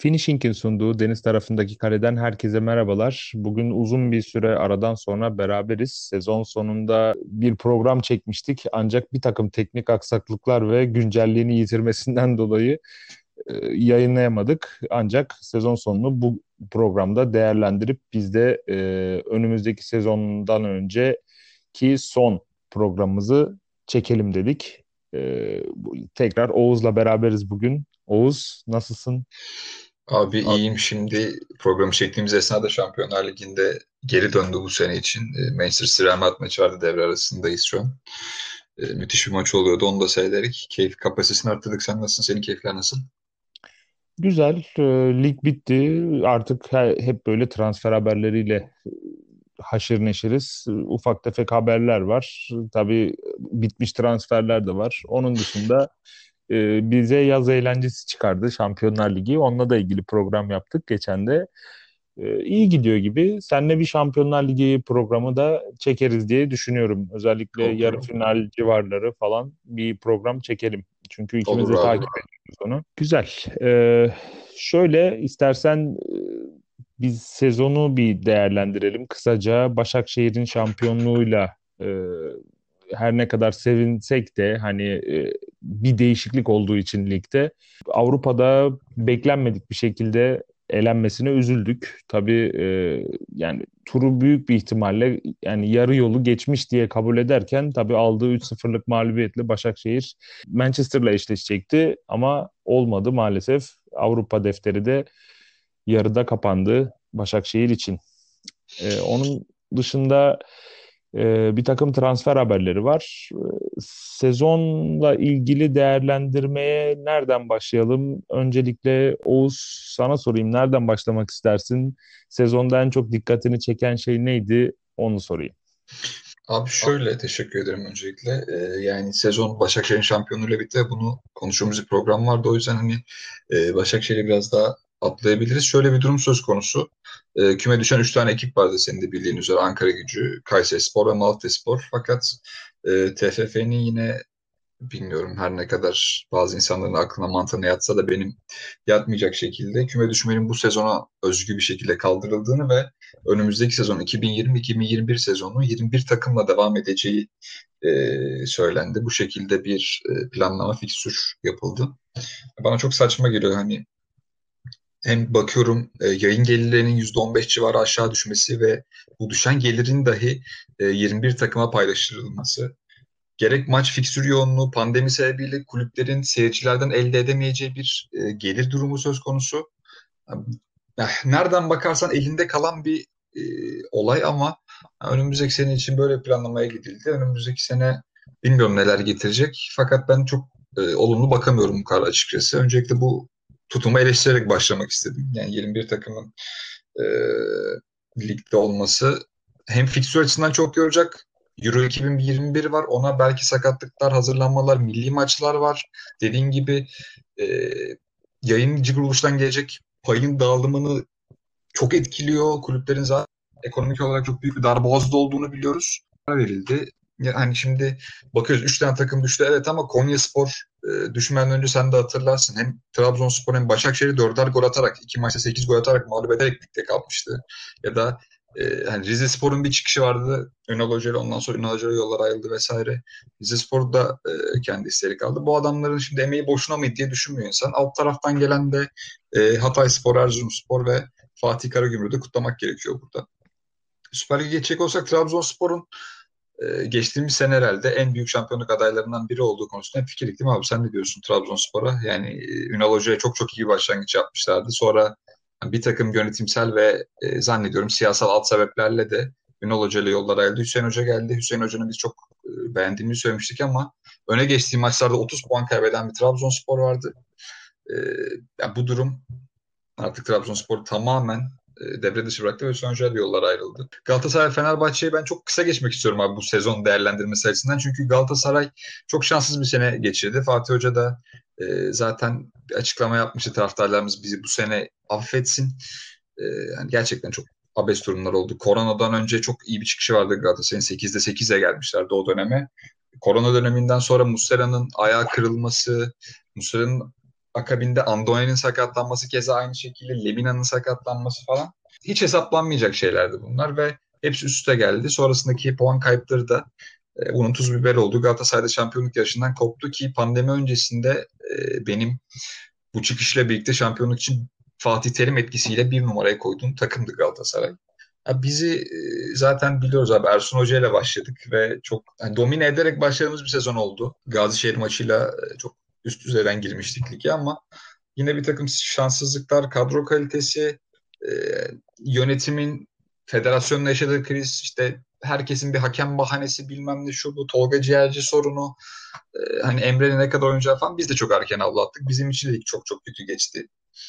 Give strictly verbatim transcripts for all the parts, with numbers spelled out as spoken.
Finishing'in sunduğu deniz tarafındaki kaleden herkese merhabalar. Bugün uzun bir süre aradan sonra beraberiz. Sezon sonunda bir program çekmiştik ancak bir takım teknik aksaklıklar ve güncelliğini yitirmesinden dolayı e, yayınlayamadık. Ancak sezon sonunu bu programda değerlendirip biz de e, önümüzdeki sezondan önceki son programımızı çekelim dedik. E, bu- tekrar Oğuz'la beraberiz bugün. Oğuz, nasılsın? Abi iyiyim şimdi programı çektiğimiz esnada Şampiyonlar Ligi'nde geri döndü bu sene için. E, Manchester City Real Madrid maçı vardı, devre arasındayız şu an. E, müthiş bir maç oluyordu, onu da seyrederek keyif kapasitesini arttırdık. Sen nasılsın? Senin keyifler nasıl? Güzel. E, lig bitti. Artık he- hep böyle transfer haberleriyle e, haşır neşiriz. E, Ufak tefek haberler var. Tabii bitmiş transferler de var. Onun dışında e, bize yaz eğlencesi çıkardı Şampiyonlar Ligi. Onunla da ilgili program yaptık geçen de. E, iyi gidiyor gibi. Seninle bir Şampiyonlar Ligi programı da çekeriz diye düşünüyorum. Özellikle Olur, yarı olur. final civarları falan bir program çekelim. Çünkü ikimiz Olur de abi. takip ediyoruz onu. Güzel. Ee, şöyle istersen e, biz sezonu bir değerlendirelim. Kısaca Başakşehir'in şampiyonluğuyla e, her ne kadar sevinsek de hani e, bir değişiklik olduğu için ligde Avrupa'da beklenmedik bir şekilde elenmesine üzüldük. Tabii e, yani turu büyük bir ihtimalle yani yarı yolu geçmiş diye kabul ederken tabii aldığı üç sıfırlık mağlubiyetle Başakşehir Manchester'la eşleşecekti ama olmadı maalesef. Avrupa defteri de yarıda kapandı Başakşehir için. Ee, onun dışında e, bir takım transfer haberleri var. Ee, sezonla ilgili değerlendirmeye nereden başlayalım? Öncelikle Oğuz, sana sorayım. Nereden başlamak istersin? Sezonda en çok dikkatini çeken şey neydi? Onu sorayım. Abi şöyle teşekkür ederim öncelikle. E, yani sezon Başakşehir'in şampiyonluğuyla bitti ve bunu konuştuğumuz bir program vardı. O yüzden hani e, Başakşehir'i biraz daha atlayabiliriz. Şöyle bir durum söz konusu. E, küme düşen üç tane ekip vardı senin de bildiğin üzere. Ankara Kayserispor ve Malatyaspor. Fakat e, T F F'nin yine bilmiyorum, her ne kadar bazı insanların aklına mantığına yatsa da benim yatmayacak şekilde küme düşmenin bu sezona özgü bir şekilde kaldırıldığını ve önümüzdeki sezon iki bin yirmi-iki bin yirmi bir sezonu yirmi bir takımla devam edeceği e, söylendi. Bu şekilde bir e, planlama, fikstür yapıldı. Bana çok saçma geliyor. Hani hem bakıyorum e, yayın gelirlerinin yüzde on beş civarı aşağı düşmesi ve bu düşen gelirin dahi e, yirmi bir takıma paylaştırılması. Gerek maç fikstür yoğunluğu, pandemi sebebiyle kulüplerin seyircilerden elde edemeyeceği bir e, gelir durumu söz konusu. Eh, Nereden bakarsan elinde kalan bir e, olay ama önümüzdeki sene için böyle planlamaya gidildi. Önümüzdeki sene bilmiyorum neler getirecek. Fakat ben çok e, olumlu bakamıyorum bu kadar açıkçası. Öncelikle bu tutumu eleştirerek başlamak istedim. Yani yirmi bir takımın e, ligde olması hem fiksür açısından çok yoracak. Euro iki bin yirmi bir var. Ona belki sakatlıklar, hazırlanmalar, milli maçlar var. Dediğin gibi e, yayıncı kuruluştan gelecek payın dağılımını çok etkiliyor. Kulüplerin zaten ekonomik olarak çok büyük bir darboğazda olduğunu biliyoruz. Verildi. Yani şimdi bakıyoruz üç tane takım düştü, evet, ama Konyaspor e, düşmeden önce sen de hatırlarsın. Hem Trabzonspor hem Başakşehir'i dörder gol atarak, iki maçta sekiz gol atarak mağlup ederek ligde kalmıştı. Ya da e, hani Rizespor'un bir çıkışı vardı. Ünal Hoca ile, ondan sonra Ünal Hoca ile yollar ayrıldı vesaire. Rizespor da e, kendi isteği kaldı. Bu adamların şimdi emeği boşuna mıydı diye düşünmüyor insan. Alt taraftan gelen de e, Hatayspor, Erzurumspor ve Fatih Karagümrük'ü de kutlamak gerekiyor burada. Süper Lig'e geçecek olsak Trabzonspor'un e, geçtiğimiz sene herhalde en büyük şampiyonluk adaylarından biri olduğu konusunda hemfikirdik, değil mi abi? Sen ne diyorsun Trabzonspor'a? Yani e, Ünal Hoca'ya çok çok iyi bir başlangıç yapmışlardı. Sonra bir takım yönetimsel ve e, zannediyorum siyasal alt sebeplerle de Ünal Hoca ile yollar ayrıldı. Hüseyin Hoca geldi. Hüseyin Hoca'nın biz çok e, beğendiğimizi söylemiştik ama öne geçtiği maçlarda otuz puan kaybeden bir Trabzonspor vardı. E, yani bu durum artık Trabzonspor tamamen e, devre dışı bıraktı ve sonuçta yollar ayrıldı. Galatasaray Fenerbahçe'yi ben çok kısa geçmek istiyorum abi bu sezon değerlendirmesi açısından. Çünkü Galatasaray çok şanssız bir sene geçirdi. Fatih Hoca da e, zaten bir açıklama yapmıştı, taraftarlarımız bizi bu sene affetsin. E, yani gerçekten çok abes durumlar oldu. Koronadan önce çok iyi bir çıkışı vardı Galatasaray'ın. sekizde sekize gelmişlerdi o döneme. Korona döneminden sonra Muslera'nın ayağı kırılması, Muslera'nın Akabinde Andone'nin sakatlanması, keza aynı şekilde Lemina'nın sakatlanması falan. Hiç hesaplanmayacak şeylerdi bunlar ve hepsi üst üste geldi. Sonrasındaki puan kayıpları da e, bunun tuz biber oldu. Galatasaray'da şampiyonluk yarışından koptu ki pandemi öncesinde e, benim bu çıkışla birlikte şampiyonluk için Fatih Terim etkisiyle bir numaraya koyduğum takımdı Galatasaray. Ya bizi e, zaten biliyoruz abi, Ersun Hoca ile başladık ve çok yani domine ederek başladığımız bir sezon oldu. Gazişehir maçıyla e, çok üst düzeyden girmiştik lige ama yine bir takım şanssızlıklar, kadro kalitesi, e, yönetimin federasyonla yaşadığı kriz, işte herkesin bir hakem bahanesi, bilmem ne, şu bu Tolga Ciğerci sorunu, e, hani Emre'nin ne kadar oynayacağı falan, biz de çok erken avlattık. Bizim için de lig çok çok kötü geçti.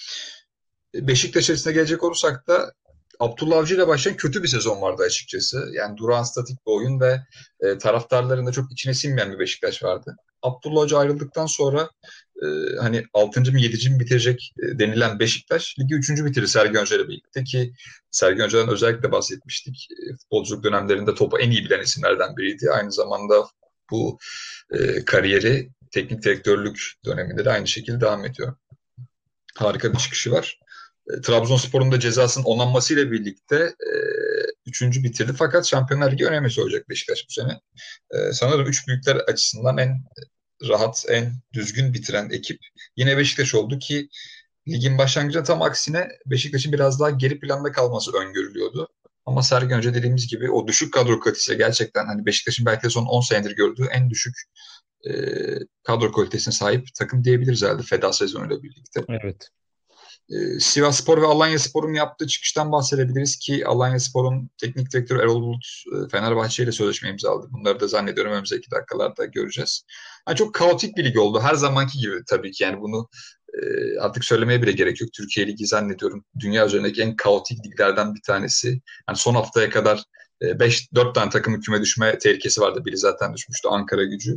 Beşiktaş açısına gelecek olursak da Abdullah Avcı ile başlayan kötü bir sezon vardı açıkçası. Yani duran statik bir oyun ve e, taraftarların da çok içine sinmeyen bir Beşiktaş vardı. Abdullah Avcı ayrıldıktan sonra e, hani altıncı mı yedinci mi bitirecek e, denilen Beşiktaş ligi üçüncü bitirir Sergen Hoca ile birlikte ki Sergen Hoca'dan özellikle bahsetmiştik. E, futbolculuk dönemlerinde topu en iyi bilen isimlerden biriydi. Aynı zamanda bu e, kariyeri teknik direktörlük döneminde de aynı şekilde devam ediyor. Harika bir çıkışı var. E, Trabzonspor'un da cezasının onanmasıyla birlikte e, üçüncü bitirdi. Fakat Şampiyonlar Ligi önemlisi olacak Beşiktaş bu sene. E, sanırım üç büyükler açısından en rahat, en düzgün bitiren ekip yine Beşiktaş oldu ki ligin başlangıcında tam aksine Beşiktaş'ın biraz daha geri planda kalması öngörülüyordu. Ama Sergen Hoca dediğimiz gibi o düşük kadro kalitesiyle gerçekten hani Beşiktaş'ın belki de son on senedir gördüğü en düşük e, kadro kalitesine sahip takım diyebiliriz herhalde feda sezonuyla birlikte. Evet. Ee, Sivasspor ve Alanyaspor'un yaptığı çıkıştan bahsedebiliriz ki Alanyaspor'un teknik direktörü Erol Bulut e, Fenerbahçe ile sözleşme imzaladı. Bunları da zannediyorum önümüzdeki dakikalarda göreceğiz. Yani çok kaotik bir lig oldu. Her zamanki gibi tabii ki, yani bunu e, artık söylemeye bile gerek yok. Türkiye Ligi zannediyorum dünya üzerindeki en kaotik liglerden bir tanesi. Yani son haftaya kadar beş dört tane takımın küme düşme tehlikesi vardı. Biri zaten düşmüştü, Ankara Gücü.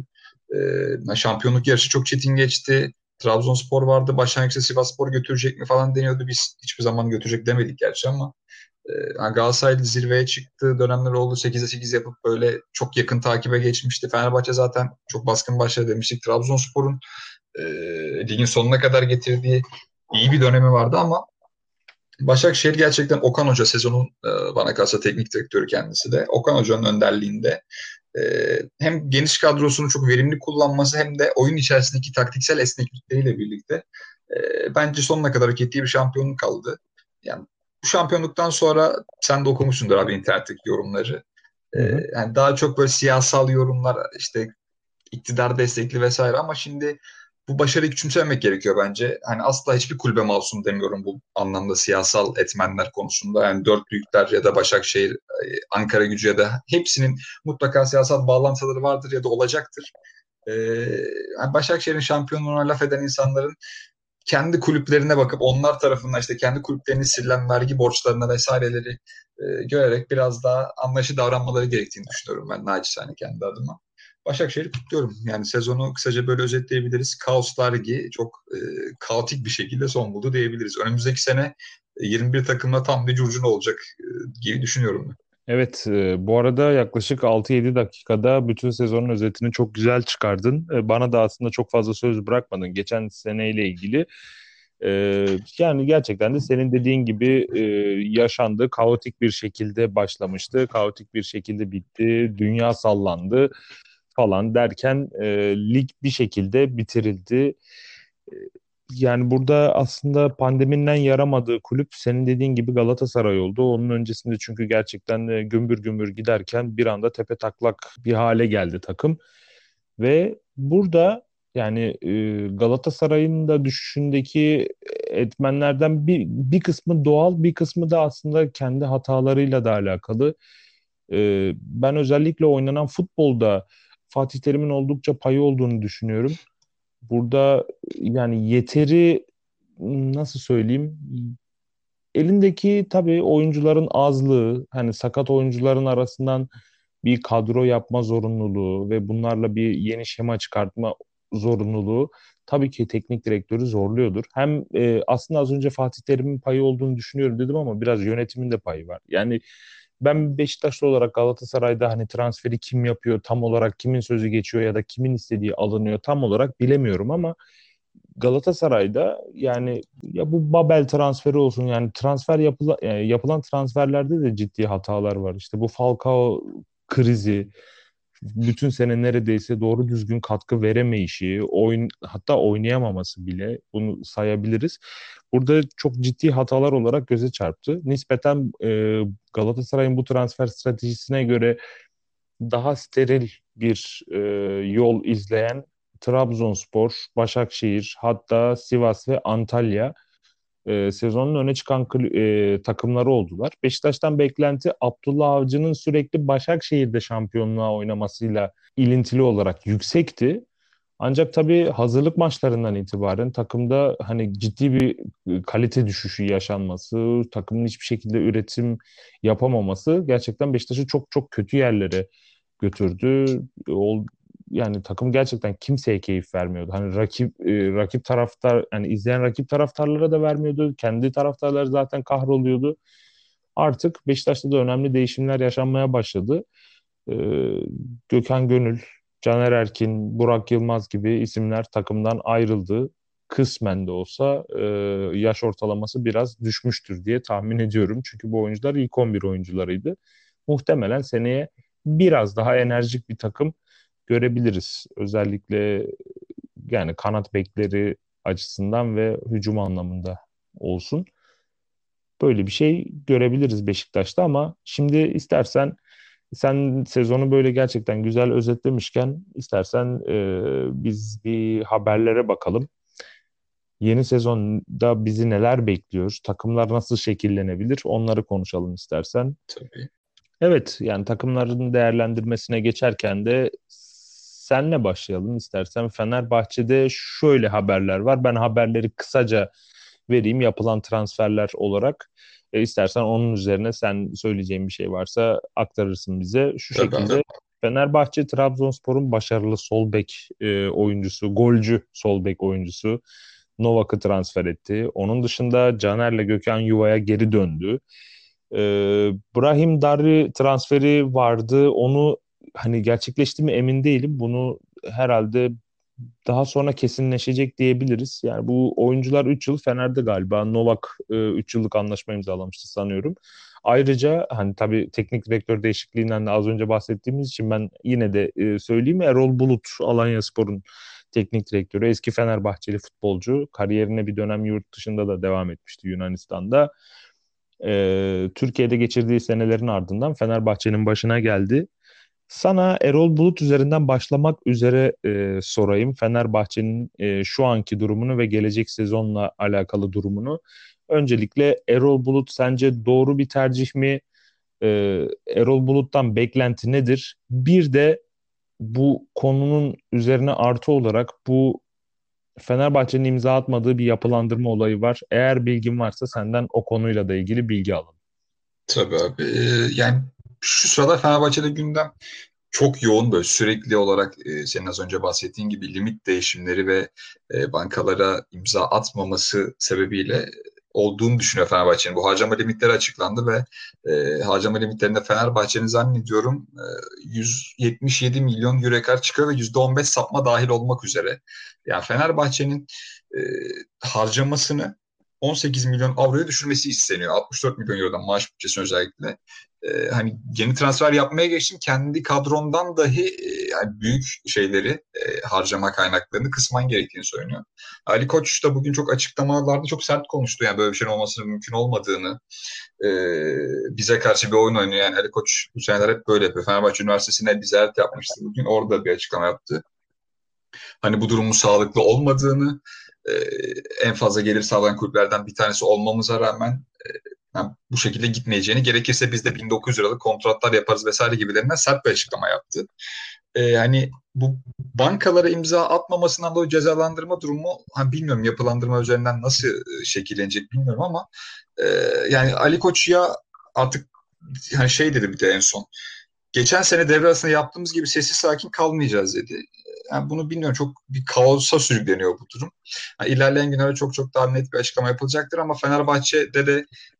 E, şampiyonluk yarışı çok çetin geçti. Trabzonspor vardı. Başlangıçta Sivasspor götürecek mi falan deniyordu. Biz hiçbir zaman götürecek demedik gerçi ama e, yani Galatasaray zirveye çıktığı dönemler oldu. sekize sekiz yapıp böyle çok yakın takibe geçmişti. Fenerbahçe zaten çok baskın başladı demiştik. Trabzonspor'un e, ligin sonuna kadar getirdiği iyi bir dönemi vardı ama Başakşehir gerçekten Okan Hoca sezonun e, bana kalsa teknik direktörü kendisi de. Okan Hoca'nın önderliğinde e, hem geniş kadrosunu çok verimli kullanması hem de oyun içerisindeki taktiksel esneklikleriyle birlikte e, bence sonuna kadar hak ettiği bir şampiyonluk kaldı. Yani bu şampiyonluktan sonra sen de okumuşsundur abi internetteki yorumları. E, Hı hı. yani daha çok böyle siyasal yorumlar, işte iktidar destekli vesaire ama şimdi bu başarıyı küçümsememek gerekiyor bence. Hani asla hiçbir kulübe masum demiyorum bu anlamda siyasal etmenler konusunda. Yani dört büyükler ya da Başakşehir, e, Ankara Gücü ya da hepsinin mutlaka siyasal bağlantıları vardır ya da olacaktır. Ee, yani Başakşehir'in şampiyonluğuna laf eden insanların kendi kulüplerine bakıp onlar tarafından işte kendi kulüplerinin sililen vergi borçlarına vesaireleri e, görerek biraz daha anlayışlı davranmaları gerektiğini düşünüyorum ben naçizane kendi adıma. Başakşehir'i kutluyorum. Yani sezonu kısaca böyle özetleyebiliriz. Kaoslar Ligi çok e, kaotik bir şekilde son buldu diyebiliriz. Önümüzdeki sene e, yirmi bir takımla tam bir curcuna olacak e, gibi düşünüyorum ben. Evet, e, bu arada yaklaşık altı yedi dakikada bütün sezonun özetini çok güzel çıkardın. E, bana da aslında çok fazla söz bırakmadın geçen seneyle ilgili. E, Yani gerçekten de senin dediğin gibi e, yaşandı. Kaotik bir şekilde başlamıştı, kaotik bir şekilde bitti, dünya sallandı falan derken e, lig bir şekilde bitirildi. Yani burada aslında pandemiden yaramadığı kulüp senin dediğin gibi Galatasaray oldu. Onun öncesinde çünkü gerçekten de gümbür gümbür giderken bir anda tepe taklak bir hale geldi takım. Ve burada yani e, Galatasaray'ın da düşüşündeki etmenlerden bir, bir kısmı doğal, bir kısmı da aslında kendi hatalarıyla da alakalı. E, ben özellikle oynanan futbolda Fatih Terim'in oldukça payı olduğunu düşünüyorum. Burada yani yeteri nasıl söyleyeyim, elindeki tabii oyuncuların azlığı, hani sakat oyuncuların arasından bir kadro yapma zorunluluğu ve bunlarla bir yeni şema çıkartma zorunluluğu tabii ki teknik direktörü zorluyordur. Hem e, aslında az önce Fatih Terim'in payı olduğunu düşünüyorum dedim ama biraz yönetimin de payı var. Yani ben Beşiktaşlı olarak Galatasaray'da hani transferi kim yapıyor, tam olarak kimin sözü geçiyor ya da kimin istediği alınıyor tam olarak bilemiyorum ama Galatasaray'da yani ya bu Babel transferi olsun, yani transfer yapıla, e, yapılan transferlerde de ciddi hatalar var. İşte bu Falcao krizi, bütün sene neredeyse doğru düzgün katkı veremeyişi, oyun hatta oynayamaması bile, bunu sayabiliriz. Burada çok ciddi hatalar olarak göze çarptı. Nispeten e, Galatasaray'ın bu transfer stratejisine göre daha steril bir e, yol izleyen Trabzonspor, Başakşehir, hatta Sivas ve Antalya e, sezonun öne çıkan kl- e, takımları oldular. Beşiktaş'tan beklenti Abdullah Avcı'nın sürekli Başakşehir'de şampiyonluğa oynamasıyla ilintili olarak yüksekti. Ancak tabii hazırlık maçlarından itibaren takımda hani ciddi bir e, kalite düşüşü yaşanması, takımın hiçbir şekilde üretim yapamaması gerçekten Beşiktaş'ı çok çok kötü yerlere götürdü. Ol, yani takım gerçekten kimseye keyif vermiyordu. Hani rakip e, rakip taraftar, yani izleyen rakip taraftarlara da vermiyordu. Kendi taraftarları zaten kahroluyordu. Artık Beşiktaş'ta da önemli değişimler yaşanmaya başladı. E, Gökhan Gönül, Caner Erkin, Burak Yılmaz gibi isimler takımdan ayrıldı. Kısmen de olsa e, yaş ortalaması biraz düşmüştür diye tahmin ediyorum. Çünkü bu oyuncular ilk on bir oyuncularıydı. Muhtemelen seneye biraz daha enerjik bir takım görebiliriz. Özellikle yani kanat bekleri açısından ve hücum anlamında olsun. Böyle bir şey görebiliriz Beşiktaş'ta, ama şimdi istersen sen sezonu böyle gerçekten güzel özetlemişken istersen e, biz bir haberlere bakalım. Yeni sezonda bizi neler bekliyor? Takımlar nasıl şekillenebilir? Onları konuşalım istersen. Tabii. Evet, yani takımların değerlendirmesine geçerken de senle başlayalım istersen. Fenerbahçe'de şöyle haberler var. Ben haberleri kısaca vereyim yapılan transferler olarak. E, istersen onun üzerine sen söyleyeceğin bir şey varsa aktarırsın bize. Şu Tabii abi. şekilde Fenerbahçe Trabzonspor'un başarılı sol bek e, oyuncusu, golcü sol bek oyuncusu Novak'ı transfer etti. Onun dışında Caner'le Gökhan Yuva'ya geri döndü. Ee, Brahim Darri transferi vardı. Onu hani gerçekleşti mi emin değilim. Bunu herhalde daha sonra kesinleşecek diyebiliriz. Yani bu oyuncular üç yıl Fener'de galiba. Novak e, üç yıllık anlaşma imzalamıştı sanıyorum. Ayrıca hani tabii teknik direktör değişikliğinden de az önce bahsettiğimiz için ben yine de e, söyleyeyim. Erol Bulut, Alanyaspor'un teknik direktörü, eski Fenerbahçeli futbolcu. Kariyerine bir dönem yurt dışında da devam etmişti, Yunanistan'da. Ee, Türkiye'de geçirdiği senelerin ardından Fenerbahçe'nin başına geldi. Sana Erol Bulut üzerinden başlamak üzere e, sorayım. Fenerbahçe'nin e, şu anki durumunu ve gelecek sezonla alakalı durumunu. Öncelikle Erol Bulut sence doğru bir tercih mi? Ee, Erol Bulut'tan beklenti nedir? Bir de bu konunun üzerine artı olarak bu Fenerbahçe'nin imza atmadığı bir yapılandırma olayı var. Eğer bilgin varsa senden o konuyla da ilgili bilgi alalım. Tabii abi. Ee, yani şu sırada Fenerbahçe'de gündem çok yoğun, böyle sürekli olarak e, senin az önce bahsettiğin gibi limit değişimleri ve e, bankalara imza atmaması sebebiyle olduğunu düşünüyor Fenerbahçe'nin. Bu harcama limitleri açıklandı ve e, harcama limitlerinde Fenerbahçe'nin zannediyorum e, yüz yetmiş yedi milyon euro kadar çıkıyor ve yüzde on beş sapma dahil olmak üzere. Yani Fenerbahçe'nin e, harcamasını on sekiz milyon avroya düşürmesi isteniyor. altmış dört milyon eurodan maaş bütçesi özellikle. Ee, hani yeni transfer yapmaya geçtim. Kendi kadrondan dahi e, yani büyük şeyleri e, harcama kaynaklarını kısman gerektiğini söylüyor. Ali Koç da bugün çok açıklamalarda çok sert konuştu. Yani böyle bir şeyin olmasının mümkün olmadığını, e, bize karşı bir oyun oynuyor. Yani Ali Koç bu seneler hep böyle yapıyor. Fenerbahçe Üniversitesi'ne bir ziyaret yapmıştı bugün. Orada bir açıklama yaptı. Hani bu durumun sağlıklı olmadığını, e, en fazla gelir sağlayan kulüplerden bir tanesi olmamıza rağmen yani bu şekilde gitmeyeceğini, gerekirse biz de bin dokuz yüz liralık kontratlar yaparız vesaire gibilerinden sert bir açıklama yaptı. Ee, hani bu bankalara imza atmamasından dolayı cezalandırma durumu, ha, bilmiyorum yapılandırma üzerinden nasıl e, şekillenecek bilmiyorum ama e, yani Ali Koç ya artık hani şey dedi bir de en son. Geçen sene devre arasında yaptığımız gibi sessiz sakin kalmayacağız dedi. Yani bunu bilmiyorum, çok bir kaosa sürükleniyor bu durum. Yani ilerleyen günlerde çok çok daha net bir açıklama yapılacaktır ama Fenerbahçe'de de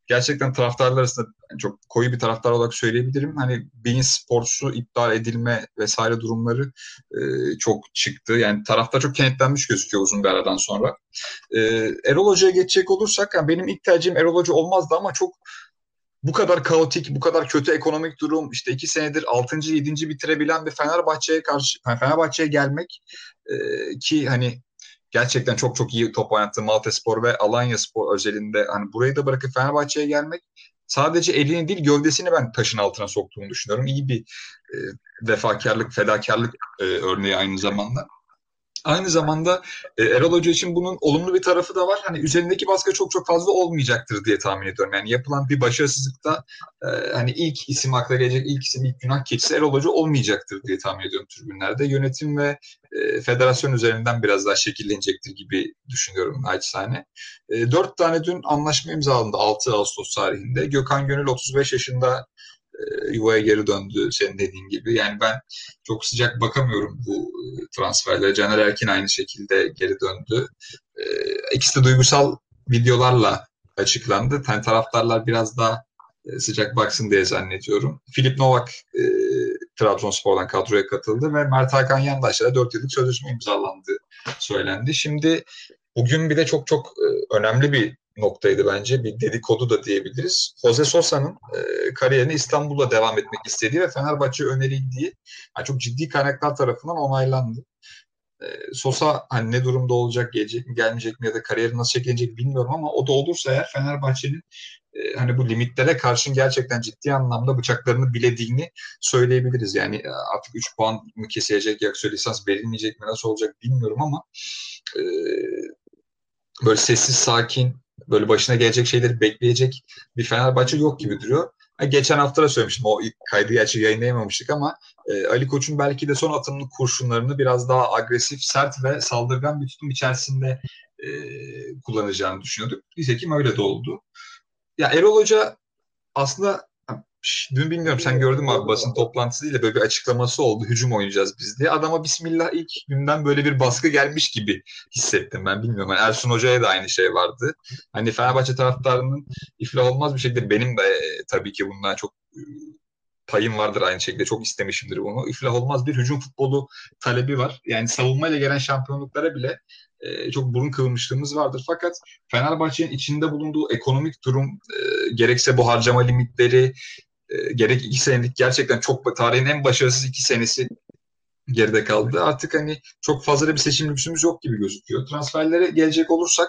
gerçekten taraftarlar arasında çok koyu bir taraftar olarak söyleyebilirim. Hani beIN Sports'u iptal edilme vesaire durumları e, çok çıktı. Yani taraftar çok kenetlenmiş gözüküyor uzun bir aradan sonra. E, Erol Hoca'ya geçecek olursak yani benim ilk tercihim Erol Hoca olmazdı ama çok bu kadar kaotik, bu kadar kötü ekonomik durum, işte iki senedir altıncı yedinci bitirebilen bir Fenerbahçe'ye karşı Fenerbahçe'ye gelmek e, ki hani gerçekten çok çok iyi top oynattı Malatyaspor ve Alanyaspor özelinde. Hani burayı da bırakıp Fenerbahçe'ye gelmek sadece elini değil gövdesini ben taşın altına soktuğunu düşünüyorum. İyi bir e, vefakarlık, fedakarlık e, örneği aynı zamanda. Aynı zamanda e, Erol Hoca için bunun olumlu bir tarafı da var. Hani üzerindeki baskı çok çok fazla olmayacaktır diye tahmin ediyorum. Yani yapılan bir başarısızlıkta e, hani ilk isim akla gelecek, ilk isim, ilk günah keçisi Erol Hoca olmayacaktır diye tahmin ediyorum tribünlerde. Yönetim ve e, federasyon üzerinden biraz daha şekillenecektir gibi düşünüyorum naçizane. E, dört tane dün anlaşma imzalandı altı Ağustos tarihinde. Gökhan Gönül otuz beş yaşında e, yuvaya geri döndü senin dediğin gibi. Yani ben çok sıcak bakamıyorum bu e, transferlere. Caner Erkin aynı şekilde geri döndü. E, ikisi de duygusal videolarla açıklandı. Yani taraftarlar biraz daha e, sıcak baksın diye zannediyorum. Filip Novak e, Trabzonspor'dan kadroya katıldı ve Mert Hakan Yandaş'la dört yıllık sözleşme imzalandı söylendi. Şimdi bugün bir de çok çok e, önemli bir noktaydı bence. Bir dedikodu da diyebiliriz. Jose Sosa'nın e, kariyerine İstanbul'da devam etmek istediği ve Fenerbahçe önerildiği yani çok ciddi kaynaklar tarafından onaylandı. E, Sosa hani ne durumda olacak, gelecek mi, gelmeyecek mi ya da kariyeri nasıl şekillenecek bilmiyorum ama o da olursa eğer Fenerbahçe'nin e, hani bu limitlere karşın gerçekten ciddi anlamda bıçaklarını bilediğini söyleyebiliriz. Yani e, artık üç puan mı kesilecek yoksa lisans verilmeyecek mi nasıl olacak bilmiyorum ama e, böyle sessiz sakin böyle başına gelecek şeyleri bekleyecek bir Fenerbahçe yok gibi duruyor. Ha, geçen hafta da söylemiştim o ilk kaydı gerçi yayınlayamamıştık ama e, Ali Koç'un belki de son atımının kurşunlarını biraz daha agresif, sert ve saldırgan bir tutum içerisinde e, kullanacağını düşünüyorduk. Nitekim öyle de oldu. Ya Erol Hoca aslında dün bilmiyorum sen gördün mü abi basın toplantısı değil de böyle bir açıklaması oldu. Hücum oynayacağız biz diye. Adama Bismillah ilk günden böyle bir baskı gelmiş gibi hissettim ben bilmiyorum. Yani Ersun Hoca'ya da aynı şey vardı. Hani Fenerbahçe taraftarının iflah olmaz bir şekilde benim de e, tabii ki bundan çok e, payım vardır aynı şekilde. Çok istemişimdir bunu. İflah olmaz bir hücum futbolu talebi var. Yani savunmayla gelen şampiyonluklara bile e, çok burun kıvırmışlığımız vardır. Fakat Fenerbahçe'nin içinde bulunduğu ekonomik durum, e, gerekse bu harcama limitleri, e, gerek iki senelik gerçekten çok tarihin en başarısız iki senesi geride kaldı. Artık hani çok fazla da bir seçim lüksümüz yok gibi gözüküyor. Transferlere gelecek olursak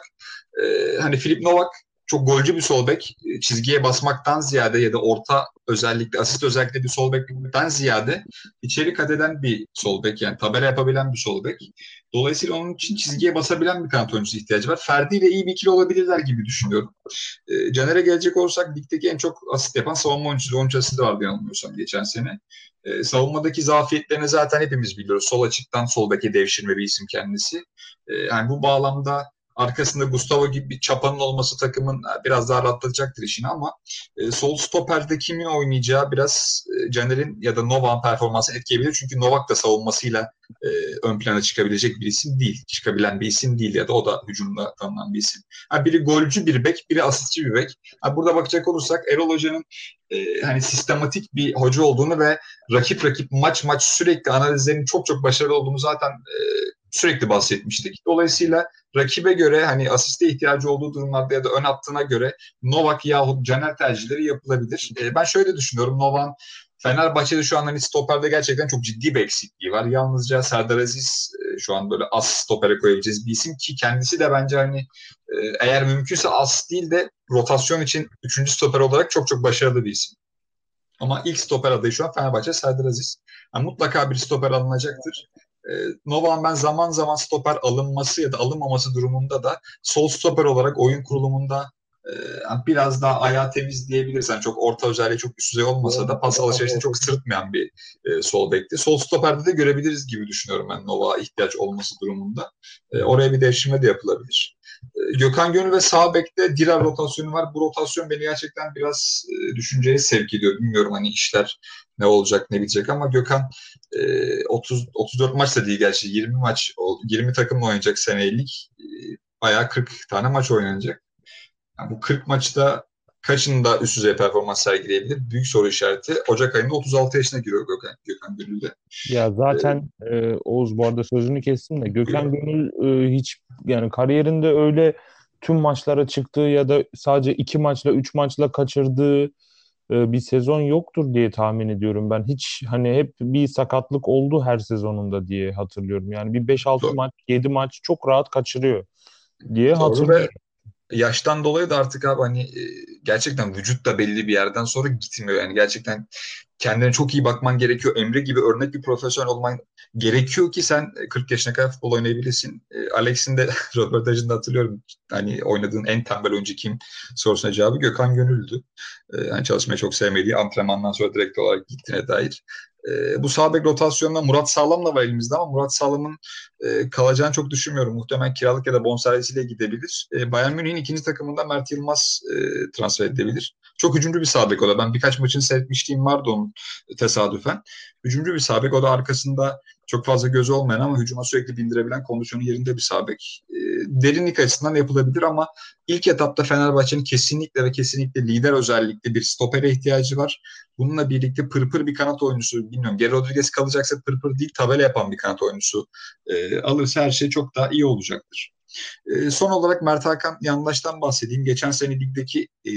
e, hani Filip Novak çok golcü bir sol bek. E, Çizgiye basmaktan ziyade ya da orta özellikle asist özellikle bir sol bekten ziyade içeri kat eden bir sol bek yani tabela yapabilen bir sol bek. Dolayısıyla onun için çizgiye basabilen bir kanat oyuncusu ihtiyacı var. Ferdi ile iyi bir ikili olabilirler gibi düşünüyorum. E, Caner'e gelecek olursak ligdeki en çok asist yapan savunma oyuncusu. on üç asisti vardı yanılmıyorsam geçen sene. E, savunmadaki zafiyetlerini zaten hepimiz biliyoruz. Sol açıktan sol beke devşirme bir isim kendisi. E, yani bu bağlamda arkasında Gustavo gibi bir çapanın olması takımın biraz daha rahatlatacaktır işini ama e, sol stoperde kimin oynayacağı biraz e, Caner'in ya da Novak'ın performansını etkileyebilir. Çünkü Novak da savunmasıyla e, ön plana çıkabilecek bir isim değil. Çıkabilen bir isim değil ya da o da hücumda tanınan bir isim. Ha, biri golcü bir bek, biri asistçi bir bek. Ha, burada bakacak olursak Erol Hoca'nın e, hani sistematik bir hoca olduğunu ve rakip rakip maç maç sürekli analizlerinin çok çok başarılı olduğunu zaten e, sürekli bahsetmiştik. Dolayısıyla rakibe göre hani asiste ihtiyacı olduğu durumlarda ya da ön hattına göre Novak yahut Caner tercihleri yapılabilir. E, ben şöyle düşünüyorum. Novak'ın Fenerbahçe'de şu an hani stoperde gerçekten çok ciddi bir eksikliği var. Yalnızca Serdar Aziz e, şu an böyle as stopere koyabileceğiz bir isim ki kendisi de bence hani e, eğer mümkünse as değil de rotasyon için üçüncü stoper olarak çok çok başarılı bir isim. Ama ilk stoper adayı şu an Fenerbahçe Serdar Aziz. Yani mutlaka bir stoper alınacaktır. E, Novak'ın ben zaman zaman stoper alınması ya da alınmaması durumunda da sol stoper olarak oyun kurulumunda e, biraz daha ayağı temiz diyebiliriz. Yani çok orta özelliği çok üst düzey olmasa da pas alışverişini çok sırıtmayan bir e, sol bekti. Sol stoperde de görebiliriz gibi düşünüyorum ben Novak'a ihtiyaç olması durumunda. E, oraya bir devşirme de yapılabilir. Gökhan Gönül ve sağ bekte Dirar rotasyonu var. Bu rotasyon beni gerçekten biraz e, düşünceye sevk ediyor. Bilmiyorum hani işler ne olacak ne bitecek ama Gökhan e, otuz otuz dört maç da değil gerçi yirmi maç yirmi takımla oynayacak senelik. E, bayağı kırk tane maç oynanacak. Yani bu kırk maçta kaçında üst düzey performans sergileyebilir? Büyük soru işareti. Ocak ayında otuz altı yaşına giriyor Gökhan, Gökhan Gönül de. Ya E, zaten e, Oğuz, bu arada sözünü kestim de, Gökhan buyur. Gönül e, hiç yani kariyerinde öyle tüm maçlara çıktığı ya da sadece iki maçla üç maçla kaçırdığı e, bir sezon yoktur diye tahmin ediyorum ben. Hiç hani hep bir sakatlık oldu her sezonunda diye hatırlıyorum. Yani bir beş altı Doğru. maç, yedi maç çok rahat kaçırıyor diye Doğru ve hatırlıyorum. yaştan dolayı da artık abi hani e, gerçekten vücut da belli bir yerden sonra gitmiyor. Yani gerçekten kendine çok iyi bakman gerekiyor. Emre gibi örnek bir profesyonel olman gerekiyor ki sen kırk yaşına kadar futbol oynayabilirsin. E, Alex'in de röportajında hatırlıyorum. Hani oynadığın en tembel oyuncu kim sorusuna cevabı Gökhan Gönül'dü. E, yani çalışmayı çok sevmediği, antrenmandan sonra direkt olarak gittiğine dair. E, bu sağ bek rotasyonunda Murat Sağlam da var elimizde ama Murat Sağlam'ın e, kalacağını çok düşünmüyorum. Muhtemelen kiralık ya da bonservisiyle gidebilir. E, Bayern Münih'in ikinci takımında Mert Yılmaz e, transfer edilebilir. Çok hücumcu bir sağ bek o da. Ben birkaç maçını seyretmişliğim vardı onun tesadüfen. Hücumcu bir sağ bek. O da arkasında çok fazla gözü olmayan ama hücuma sürekli bindirebilen, kondisyonu yerinde bir sağ bek. E, derinlik açısından yapılabilir ama ilk etapta Fenerbahçe'nin kesinlikle ve kesinlikle lider özellikle bir stopere ihtiyacı var. Bununla birlikte pırpır bir kanat oyuncusu, bilmiyorum, Geri Rodriguez kalacaksa pırpır değil tabela yapan bir kanat oyuncusu e, alırsa her şey çok daha iyi olacaktır. E, son olarak Mert Hakan Yandaş'tan bahsedeyim. Geçen sene ligdeki e,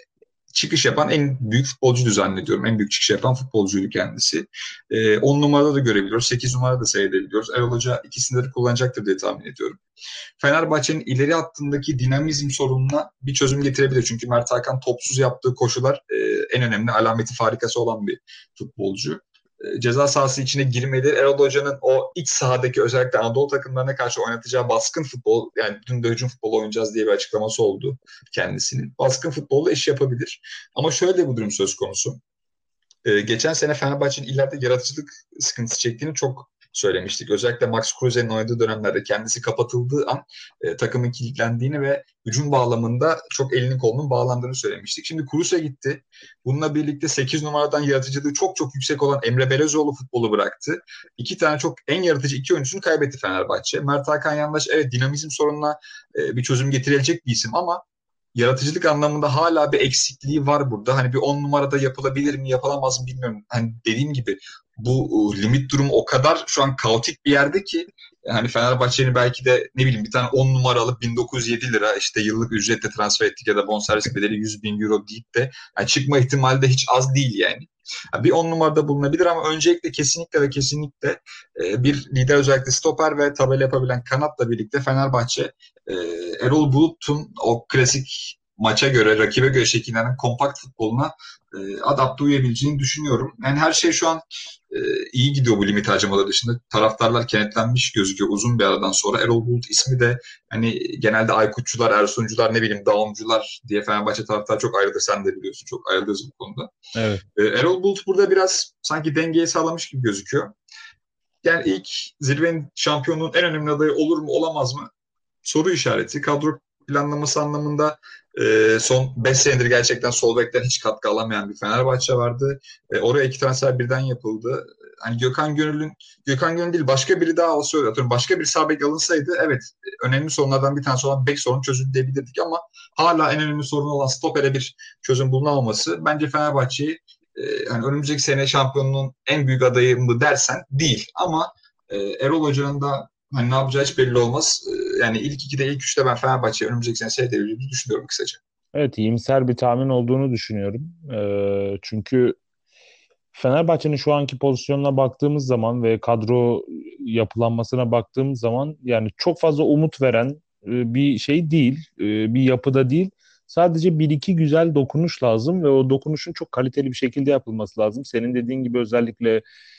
çıkış yapan en büyük futbolcuydu zannediyorum. En büyük çıkış yapan futbolcuydu kendisi. E, on numarada da görebiliyoruz. sekiz numarada da seyredebiliyoruz. Erol Hoca ikisinde de kullanacaktır diye tahmin ediyorum. Fenerbahçe'nin ileri hattındaki dinamizm sorununa bir çözüm getirebilir. Çünkü Mert Hakan topsuz yaptığı koşular e, en önemli alameti farikası olan bir futbolcu. E, ceza sahası içine girmeli. Erol Hoca'nın o iç sahadaki özellikle Anadolu takımlarına karşı oynatacağı baskın futbol, yani dün de hücum futbolu oynayacağız diye bir açıklaması oldu kendisinin. Baskın futbolla iş yapabilir. Ama şöyle bir durum söz konusu. Ee, geçen sene Fenerbahçe'nin ileride yaratıcılık sıkıntısı çektiğini çok söylemiştik. Özellikle Max Kruse'nin oynadığı dönemlerde kendisi kapatıldığı an e, takımın kilitlendiğini ve hücum bağlamında çok elinin kolunun bağlandığını söylemiştik. Şimdi Kruse gitti. Bununla birlikte sekiz numaradan yaratıcılığı çok çok yüksek olan Emre Belözoğlu futbolu bıraktı. İki tane çok en yaratıcı iki oyuncusunu kaybetti Fenerbahçe. Mert Hakan Yandaş evet dinamizm sorununa e, bir çözüm getirilecek bir isim ama yaratıcılık anlamında hala bir eksikliği var burada. Hani bir on numarada yapılabilir mi, yapılamaz mı bilmiyorum. Hani dediğim gibi bu e, limit durumu o kadar şu an kaotik bir yerde ki hani Fenerbahçe'nin belki de ne bileyim bir tane on numara alıp bin dokuz yüz yedi lira işte yıllık ücretle transfer ettik ya da bonservis bedeli yüz bin euro deyip de yani çıkma ihtimali de hiç az değil yani. Yani bir on numarada bulunabilir ama öncelikle kesinlikle ve kesinlikle e, bir lider özellikle stoper ve tabela yapabilen kanatla birlikte Fenerbahçe e, Erol Bulut'un o klasik maça göre, rakibe göre şekillenen kompakt futboluna e, adapte uyabileceğini düşünüyorum. Yani her şey şu an e, iyi gidiyor bu limit harcamaları dışında. Taraftarlar kenetlenmiş gözüküyor uzun bir aradan sonra. Erol Bulut ismi de hani genelde Aykutçular, Ersuncular, ne bileyim Davumcular diye Fenerbahçe taraftar çok ayrıdır. Sen de biliyorsun, çok ayrılırız bu konuda. Evet. E, Erol Bulut burada biraz sanki dengeyi sağlamış gibi gözüküyor. Yani ilk zirvenin şampiyonluğun en önemli adayı olur mu olamaz mı? Soru işareti. Kadro planlaması anlamında e, son beş senedir gerçekten sol bekten hiç katkı alamayan bir Fenerbahçe vardı. E, oraya iki transfer birden yapıldı. Hani Gökhan Gönül'ün Gökhan Gönül değil başka biri daha olsa öyle atıyorum. Başka bir sağ bek alınsaydı evet önemli sorunlardan bir tanesi olan bek sorunu çözülebilirdik ama hala en önemli sorun olan stopere bir çözüm bulunamaması bence Fenerbahçe'yi e, hani önümüzdeki sene şampiyonluğun en büyük adayı mı dersen değil ama e, Erol Hoca'nın da hani ne yapacağı hiç belli olmaz. Ee, Yani ilk ikide, ilk üçte ben Fenerbahçe önümüzdeki sene seyredebileceğimizi düşünüyorum kısaca. Evet, iyimser bir tahmin olduğunu düşünüyorum. Ee, çünkü Fenerbahçe'nin şu anki pozisyonuna baktığımız zaman ve kadro yapılanmasına baktığımız zaman yani çok fazla umut veren e, bir şey değil, e, bir yapıda değil. Sadece bir iki güzel dokunuş lazım ve o dokunuşun çok kaliteli bir şekilde yapılması lazım. Senin dediğin gibi özellikle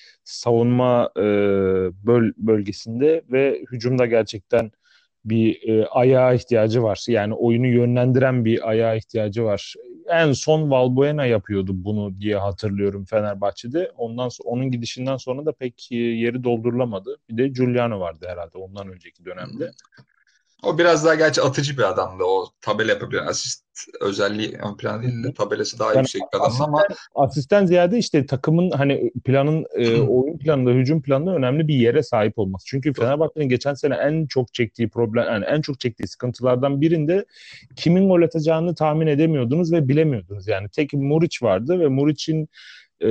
savunma e, böl bölgesinde ve hücumda gerçekten bir e, ayağa ihtiyacı var. Yani oyunu yönlendiren bir ayağa ihtiyacı var. En son Valbuena yapıyordu bunu diye hatırlıyorum Fenerbahçe'de. Ondan sonra onun gidişinden sonra da pek e, yeri doldurulamadı. Bir de Giuliano vardı herhalde ondan önceki dönemde. O biraz daha gerçi atıcı bir adamdı. O tabela yapabilen asist özelliği ön plana değil de tabelası daha Yani yüksek bir adamdı ama asistan, asistan ziyade işte takımın hani planın e, oyun planında, hücum planında önemli bir yere sahip olması. Çünkü Fenerbahçe'nin geçen sene en çok çektiği problem, yani en çok çektiği sıkıntılardan birinde kimin gol atacağını tahmin edemiyordunuz ve bilemiyordunuz. Yani tek Muriç vardı ve Muriç'in e,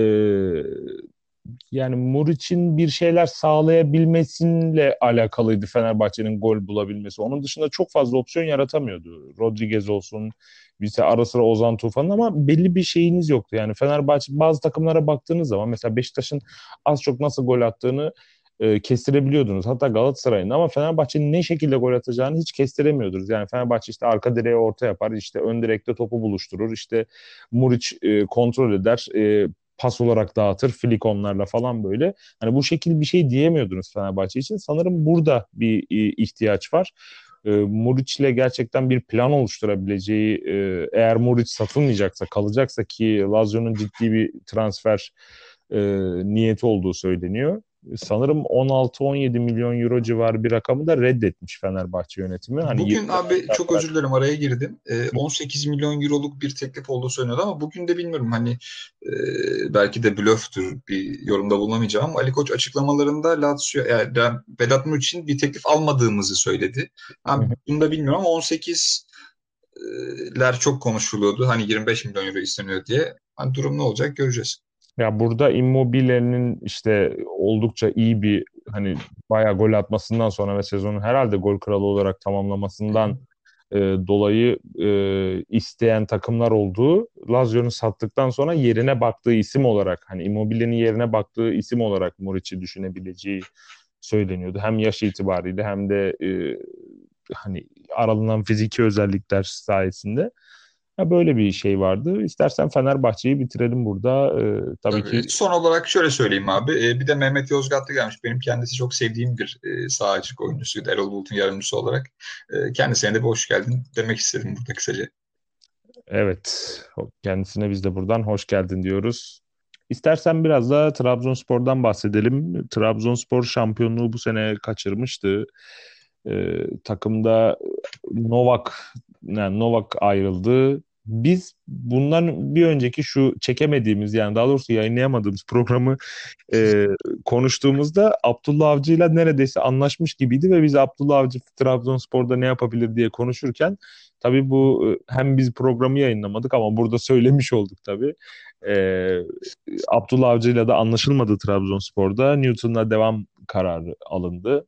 yani Muriç'in bir şeyler sağlayabilmesiyle alakalıydı Fenerbahçe'nin gol bulabilmesi. Onun dışında çok fazla opsiyon yaratamıyordu. Rodriguez olsun, bize ara sıra Ozan Tufan, ama belli bir şeyiniz yoktu. Yani Fenerbahçe, bazı takımlara baktığınız zaman mesela Beşiktaş'ın az çok nasıl gol attığını e, kestirebiliyordunuz. Hatta Galatasaray'ın, ama Fenerbahçe'nin ne şekilde gol atacağını hiç kestiremiyordunuz. Yani Fenerbahçe işte arka direğe orta yapar, işte ön direkte topu buluşturur, işte Muriç e, kontrol eder, e, pas olarak dağıtır Flikonlarla falan böyle. Hani bu şekilde bir şey diyemiyordunuz Fenerbahçe için. Sanırım burada bir e, ihtiyaç var. E, Muriç'le gerçekten bir plan oluşturabileceği, e, eğer Muriç satılmayacaksa, kalacaksa, ki Lazio'nun ciddi bir transfer e, niyeti olduğu söyleniyor. Sanırım on altı on yedi milyon euro civarı bir rakamı da reddetmiş Fenerbahçe yönetimi. Hani bugün yirmi abi çok transfer. özür dilerim araya girdim. Ee, on sekiz milyon euroluk bir teklif olduğu söyleniyordu ama bugün de bilmiyorum hani e, belki de blöftür bir yorumda bulunamayacağım ama Ali Koç açıklamalarında Lazio yani Vedat Muriç'in bir teklif almadığımızı söyledi. Ha, bunu da bilmiyorum ama on sekizler çok konuşuluyordu. Hani yirmi beş milyon euro isteniyor diye. Hani durum ne olacak göreceğiz. Ya burada Immobile'nin işte oldukça iyi bir, hani bayağı gol atmasından sonra ve sezonun herhalde gol kralı olarak tamamlamasından e, dolayı e, isteyen takımlar olduğu, Lazio'nun sattıktan sonra yerine baktığı isim olarak, hani Immobile'nin yerine baktığı isim olarak Muriç'i düşünebileceği söyleniyordu. Hem yaş itibariyle hem de e, hani aralınan fiziki özellikler sayesinde. Ha, böyle bir şey vardı. İstersen Fenerbahçe'yi bitirelim burada. Ee, tabii ki. Tabii. Son olarak şöyle söyleyeyim abi. Ee, bir de Mehmet Yozgatlı gelmiş. Benim kendisi çok sevdiğim bir e, sağ açık oyuncusuydu. Erol Bulut'un yardımcısı olarak. E, kendisine de bir hoş geldin demek istedim burada kısaca. Evet, kendisine biz de buradan hoş geldin diyoruz. İstersen biraz da Trabzonspor'dan bahsedelim. Trabzonspor şampiyonluğu bu sene kaçırmıştı. Ee, takımda Novak, yani Novak ayrıldı. Biz bundan bir önceki şu çekemediğimiz, yani daha doğrusu yayınlayamadığımız programı e, konuştuğumuzda Abdullah Avcı ile neredeyse anlaşmış gibiydi ve biz Abdullah Avcı Trabzonspor'da ne yapabilir diye konuşurken, tabii bu e, hem biz programı yayınlamadık ama burada söylemiş olduk tabii. Ee, Abdullah Avcı ile de anlaşılmadı Trabzonspor'da. Newton'la devam kararı alındı.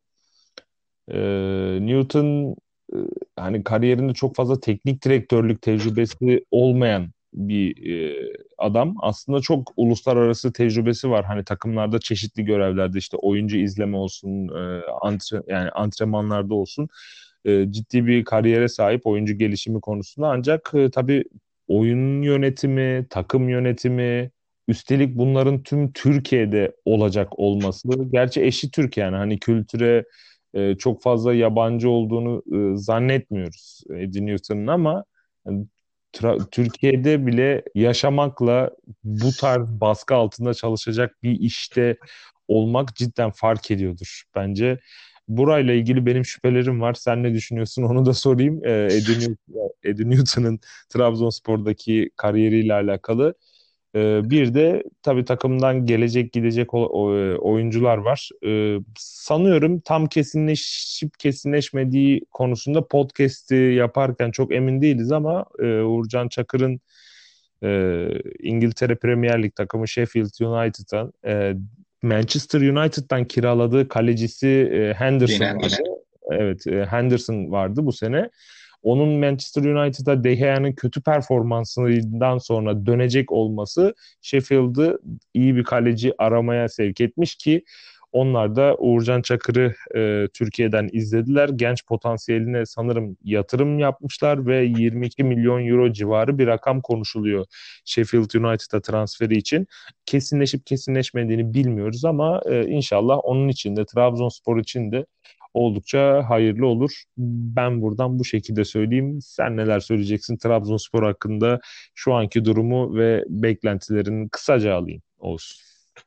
Ee, Newton e, hani kariyerinde çok fazla teknik direktörlük tecrübesi olmayan bir e, adam. Aslında çok uluslararası tecrübesi var. Hani takımlarda çeşitli görevlerde, işte oyuncu izleme olsun, e, antre, yani antrenmanlarda olsun, e, ciddi bir kariyere sahip oyuncu gelişimi konusunda. Ancak e, tabii oyun yönetimi, takım yönetimi, üstelik bunların tüm Türkiye'de olacak olması. Gerçi eşi Türk, yani hani kültüre e, çok fazla yabancı olduğunu e, zannetmiyoruz Eddie Newton'un, ama yani, tra- Türkiye'de bile yaşamakla bu tarz baskı altında çalışacak bir işte olmak cidden fark ediyordur bence. Burayla ilgili benim şüphelerim var. Sen ne düşünüyorsun? Onu da sorayım. E, Eddie Newton- Eddie Newton'un Trabzonspor'daki kariyeriyle alakalı. Ee, bir de tabii takımdan gelecek gidecek o- o- oyuncular var. Ee, sanıyorum tam kesinleşip kesinleşmediği konusunda podcast'i yaparken çok emin değiliz, ama e, Uğurcan Çakır'ın e, İngiltere Premier Lig takımı Sheffield United'dan e, Manchester United'dan kiraladığı kalecisi e, Dean Henderson vardı. Henderson. Evet, e, Henderson vardı bu sene. Onun Manchester United'a De Gea'nın kötü performansından sonra dönecek olması Sheffield'ı iyi bir kaleci aramaya sevk etmiş ki onlar da Uğurcan Çakır'ı e, Türkiye'den izlediler. Genç potansiyeline sanırım yatırım yapmışlar ve yirmi iki milyon euro civarı bir rakam konuşuluyor Sheffield United'a transferi için. Kesinleşip kesinleşmediğini bilmiyoruz, ama e, inşallah onun için de Trabzonspor için de oldukça hayırlı olur. Ben buradan bu şekilde söyleyeyim. Sen neler söyleyeceksin Trabzonspor hakkında, şu anki durumu ve beklentilerini kısaca alayım olsun.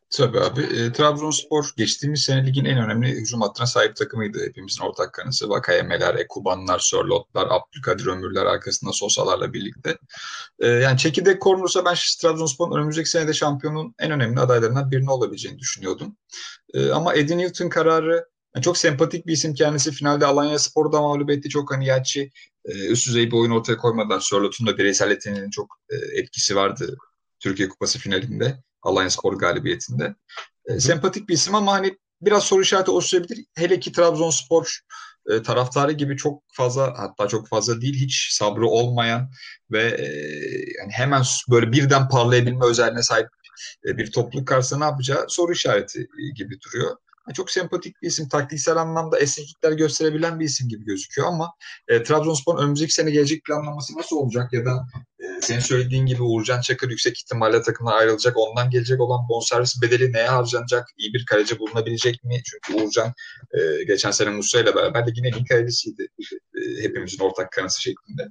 Tabii abi. E, Trabzonspor geçtiğimiz sene ligin en önemli hücum hattına sahip takımıydı. Hepimizin ortak kanısı. Vakayemeler, Ekubanlar, Sörlotlar, Abdülkadir Ömürler arkasında Sosalarla birlikte. E, yani çekirdek korunursa ben Trabzonspor'un önümüzdeki senede şampiyonun en önemli adaylarından birini olabileceğini düşünüyordum. E, ama Eddie Newton kararı yani çok sempatik bir isim kendisi. Finalde Alanyaspor'u da mağlup etti. Çok hani gerçi e, üst düzey bir oyun ortaya koymadılar. Sörlot'un da bireysel yeteneğinin çok e, etkisi vardı Türkiye Kupası finalinde. Alanyaspor galibiyetinde. Hı E, hı. sempatik bir isim ama hani biraz soru işareti oluşturabilir. Hele ki Trabzonspor e, taraftarı gibi çok fazla, hatta çok fazla değil, hiç sabrı olmayan ve e, yani hemen böyle birden parlayabilme özelliğine sahip e, bir topluluk karşısında ne yapacağı soru işareti e, gibi duruyor. Yani çok sempatik bir isim, taktiksel anlamda esneklikler gösterebilen bir isim gibi gözüküyor ama e, Trabzonspor'un önümüzdeki sene gelecek planlaması nasıl olacak ya da e, senin söylediğin gibi Uğurcan Çakır yüksek ihtimalle takımdan ayrılacak. Ondan gelecek olan bonservis bedeli neye harcanacak? İyi bir kaleci bulunabilecek mi? Çünkü Uğurcan e, geçen sene Musa ile beraber ligin en iyi kalecisiydi. E, hepimizin ortak kanısı şeklinde.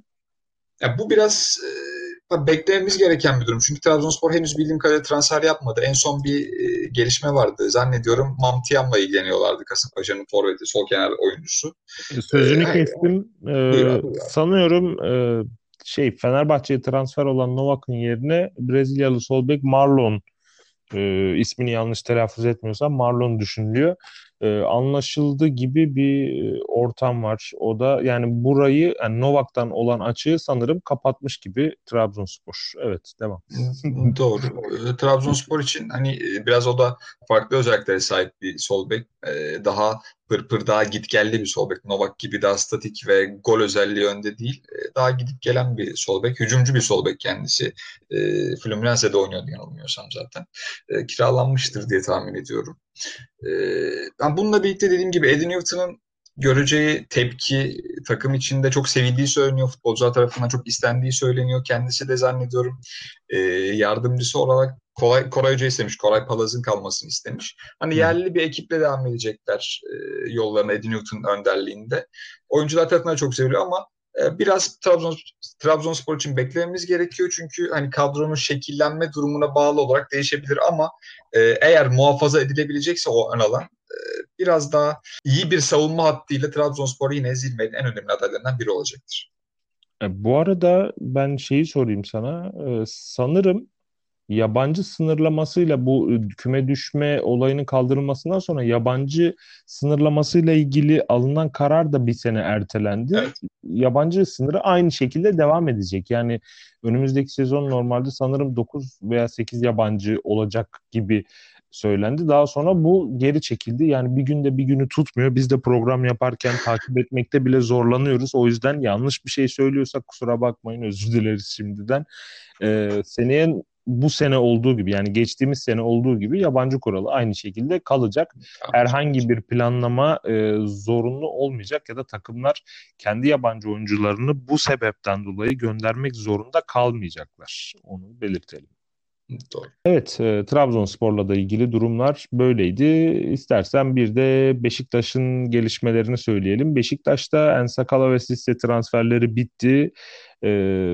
Ya bu biraz e, beklememiz gereken bir durum. Çünkü Trabzonspor henüz bildiğim kadarıyla transfer yapmadı. En son bir e, gelişme vardı. Zannediyorum Mamtiam'la ilgileniyorlardı, Kasımpaşa'nın forveti, sol kenar oyuncusu. E, Sözünü hayır, kestim. buyur Ee, abi. sanıyorum e, şey Fenerbahçe'ye transfer olan Novak'ın yerine Brezilyalı sol bek Marlon, e, ismini yanlış telaffuz etmiyorsam Marlon düşünülüyor. E, anlaşıldı gibi bir e, ortam var. O da yani burayı, yani Novak'tan olan açığı sanırım kapatmış gibi Trabzonspor. Evet, devam. Doğru. E, Trabzonspor için hani e, biraz o da farklı özelliklere sahip bir sol bek. E, daha pırpır, daha gitgelli bir sol bek. Novak gibi daha statik ve gol özelliği önde değil. E, daha gidip gelen bir sol bek. Hücumcu bir sol bek kendisi. E, Fluminense'de oynuyordu yanılmıyorsam zaten. E, kiralanmıştır diye tahmin ediyorum. Ee, ben bununla birlikte dediğim gibi Eddie Newton'un göreceği tepki takım içinde çok sevildiği söyleniyor. Futbolcular tarafından çok istendiği söyleniyor. Kendisi de zannediyorum e, yardımcısı olarak Koray, Koray Hoca istemiş. Koray Palaz'ın kalmasını istemiş. Hani Hı hı. yerli bir ekiple devam edecekler e, yollarına Eddie Newton önderliğinde. Oyuncular tarafından çok seviliyor ama e, biraz Trabzon, Trabzonspor için beklememiz gerekiyor. Çünkü hani kadronun şekillenme durumuna bağlı olarak değişebilir ama e, eğer muhafaza edilebilecekse o ön alan biraz daha iyi bir savunma hattıyla Trabzonspor yine zirvenin en önemli adaylarından biri olacaktır. E, bu arada ben şeyi sorayım sana. E, sanırım yabancı sınırlamasıyla bu e, küme düşme olayının kaldırılmasından sonra yabancı sınırlamasıyla ilgili alınan karar da bir sene ertelendi. Evet. Yabancı sınırı aynı şekilde devam edecek. Yani önümüzdeki sezon normalde sanırım dokuz veya sekiz yabancı olacak gibi söylendi. Daha sonra bu geri çekildi. Yani bir günde bir günü tutmuyor. Biz de program yaparken takip etmekte bile zorlanıyoruz. O yüzden yanlış bir şey söylüyorsak kusura bakmayın, özür dileriz şimdiden. Ee, seneye bu sene olduğu gibi, yani geçtiğimiz sene olduğu gibi yabancı kuralı aynı şekilde kalacak. Herhangi bir planlama e, zorunlu olmayacak ya da takımlar kendi yabancı oyuncularını bu sebepten dolayı göndermek zorunda kalmayacaklar. Onu belirtelim. Doğru. Evet, e, Trabzonspor'la da ilgili durumlar böyleydi. İstersen bir de Beşiktaş'ın gelişmelerini söyleyelim. Beşiktaş'ta Ensakala ve Sisse transferleri bitti. E,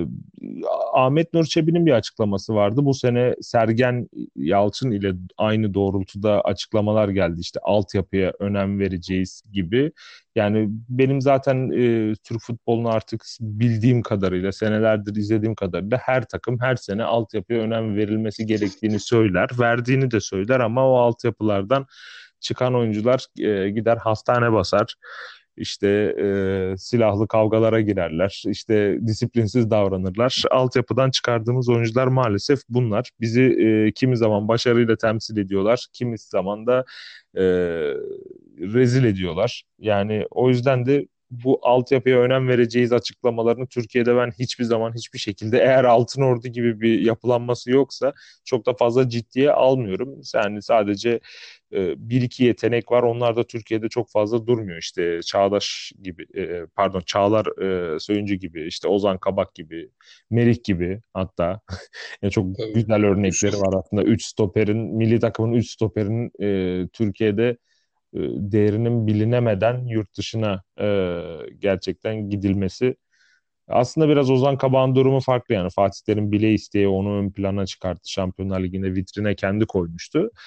Ahmet Nur Çebi'nin bir açıklaması vardı. Bu sene Sergen Yalçın ile aynı doğrultuda açıklamalar geldi. İşte altyapıya önem vereceğiz gibi. Yani benim zaten e, Türk futbolunu artık bildiğim kadarıyla, senelerdir izlediğim kadarıyla her takım her sene altyapıya önem verilmesi gerektiğini söyler. Verdiğini de söyler ama o altyapılardan çıkan oyuncular e, gider hastane basar. İşte e, silahlı kavgalara girerler. İşte disiplinsiz davranırlar. Altyapıdan çıkardığımız oyuncular maalesef bunlar. Bizi e, kimi zaman başarıyla temsil ediyorlar, kimi zaman da e, rezil ediyorlar. Yani o yüzden de bu altyapıya önem vereceğiz açıklamalarını Türkiye'de ben hiçbir zaman hiçbir şekilde, eğer Altınordu gibi bir yapılanması yoksa, çok da fazla ciddiye almıyorum. Yani sadece e, bir iki yetenek var. Onlar da Türkiye'de çok fazla durmuyor. İşte Çağdaş gibi, e, pardon Çağlar e, Söyüncü gibi, işte Ozan Kabak gibi, Merih gibi hatta. Yani çok Tabii. güzel örnekleri Güçlü. var aslında. Üç stoperin, milli takımın üç stoperin e, Türkiye'de e, değerinin bilinemeden yurt dışına e, gerçekten gidilmesi. Aslında biraz Ozan Kabak'ın durumu farklı yani. Fatih Terim bile isteye onu ön plana çıkarttı. Şampiyonlar Ligi'nde vitrine kendi koymuştu.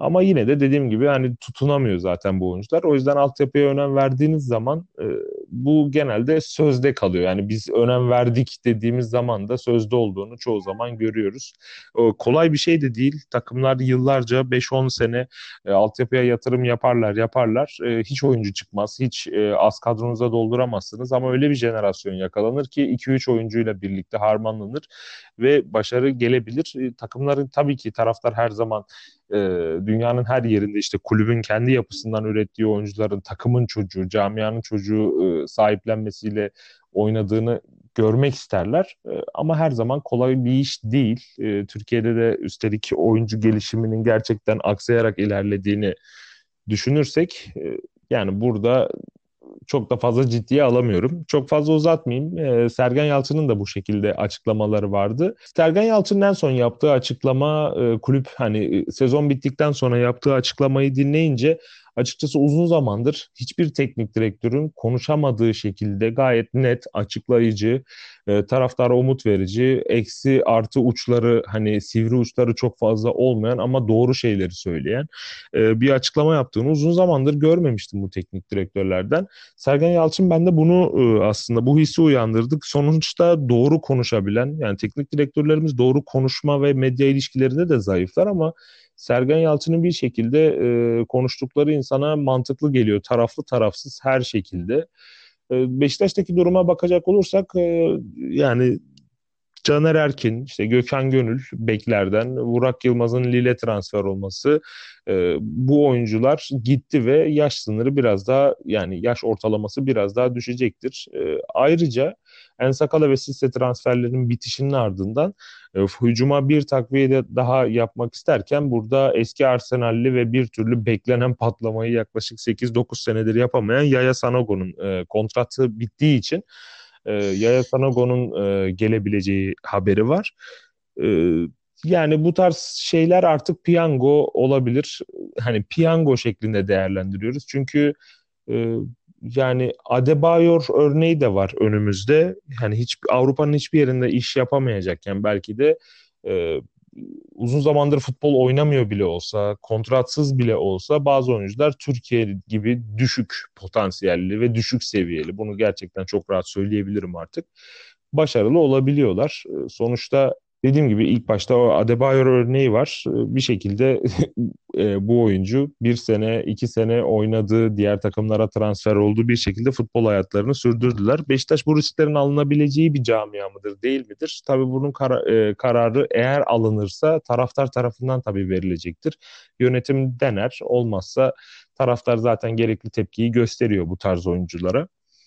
Ama yine de dediğim gibi hani tutunamıyor zaten bu oyuncular. O yüzden altyapıya önem verdiğiniz zaman e, bu genelde sözde kalıyor. Yani biz önem verdik dediğimiz zaman da sözde olduğunu çoğu zaman görüyoruz. O, kolay bir şey de değil. Takımlar yıllarca beş on sene e, altyapıya yatırım yaparlar, yaparlar. E, hiç oyuncu çıkmaz. Hiç e, az kadronuza dolduramazsınız ama öyle bir jenerasyon yakalanır ki iki üç oyuncuyla birlikte harmanlanır ve başarı gelebilir. E, takımların tabii ki taraftar her zaman e, dünyanın her yerinde işte kulübün kendi yapısından ürettiği oyuncuların takımın çocuğu, camianın çocuğu e, sahiplenmesiyle oynadığını görmek isterler. E, ama her zaman kolay bir iş değil. E, Türkiye'de de üstelik oyuncu gelişiminin gerçekten aksayarak ilerlediğini düşünürsek e, yani burada çok da fazla ciddiye alamıyorum. Çok fazla uzatmayayım. Ee, Sergen Yalçın'ın da bu şekilde açıklamaları vardı. Sergen Yalçın'ın en son yaptığı açıklama e, kulüp hani e, sezon bittikten sonra yaptığı açıklamayı dinleyince açıkçası uzun zamandır hiçbir teknik direktörün konuşamadığı şekilde gayet net, açıklayıcı, e, taraftara umut verici, eksi artı uçları hani sivri uçları çok fazla olmayan ama doğru şeyleri söyleyen e, bir açıklama yaptığını uzun zamandır görmemiştim bu teknik direktörlerden. Sergen Yalçın bende bunu e, aslında bu hissi uyandırdık. Sonuçta doğru konuşabilen yani teknik direktörlerimiz doğru konuşma ve medya ilişkilerinde de zayıflar ama Sergen Yalçın'ın bir şekilde e, konuştukları insana mantıklı geliyor. Taraflı tarafsız her şekilde. E, Beşiktaş'taki duruma bakacak olursak e, yani Caner Erkin, işte Gökhan Gönül beklerden, Burak Yılmaz'ın Lille transfer olması e, bu oyuncular gitti ve yaş sınırı biraz daha yani yaş ortalaması biraz daha düşecektir. E, ayrıca Ensakala ve Sisse transferlerinin bitişinin ardından e, hücuma bir takviye de daha yapmak isterken burada eski Arsenalli ve bir türlü beklenen patlamayı yaklaşık sekiz dokuz senedir yapamayan Yaya Sanogo'nun e, kontratı bittiği için e, Yaya Sanogo'nun e, gelebileceği haberi var. E, Yani bu tarz şeyler artık piyango olabilir. Hani piyango şeklinde değerlendiriyoruz. Çünkü e, yani Adebayor örneği de var önümüzde. Yani hiç Avrupa'nın hiçbir yerinde iş yapamayacakken belki de e, uzun zamandır futbol oynamıyor bile olsa, kontratsız bile olsa bazı oyuncular Türkiye gibi düşük potansiyelli ve düşük seviyeli. Bunu gerçekten çok rahat söyleyebilirim artık. Başarılı olabiliyorlar. E, Sonuçta dediğim gibi ilk başta o Adebayor örneği var. E, Bir şekilde e, bu oyuncu bir sene, iki sene oynadığı diğer takımlara transfer olduğu bir şekilde futbol hayatlarını sürdürdüler. Beşiktaş bu risklerin alınabileceği bir camia mıdır, değil midir? Tabii bunun kara- e, kararı eğer alınırsa taraftar tarafından tabii verilecektir. Yönetim dener, olmazsa taraftar zaten gerekli tepkiyi gösteriyor bu tarz oyunculara.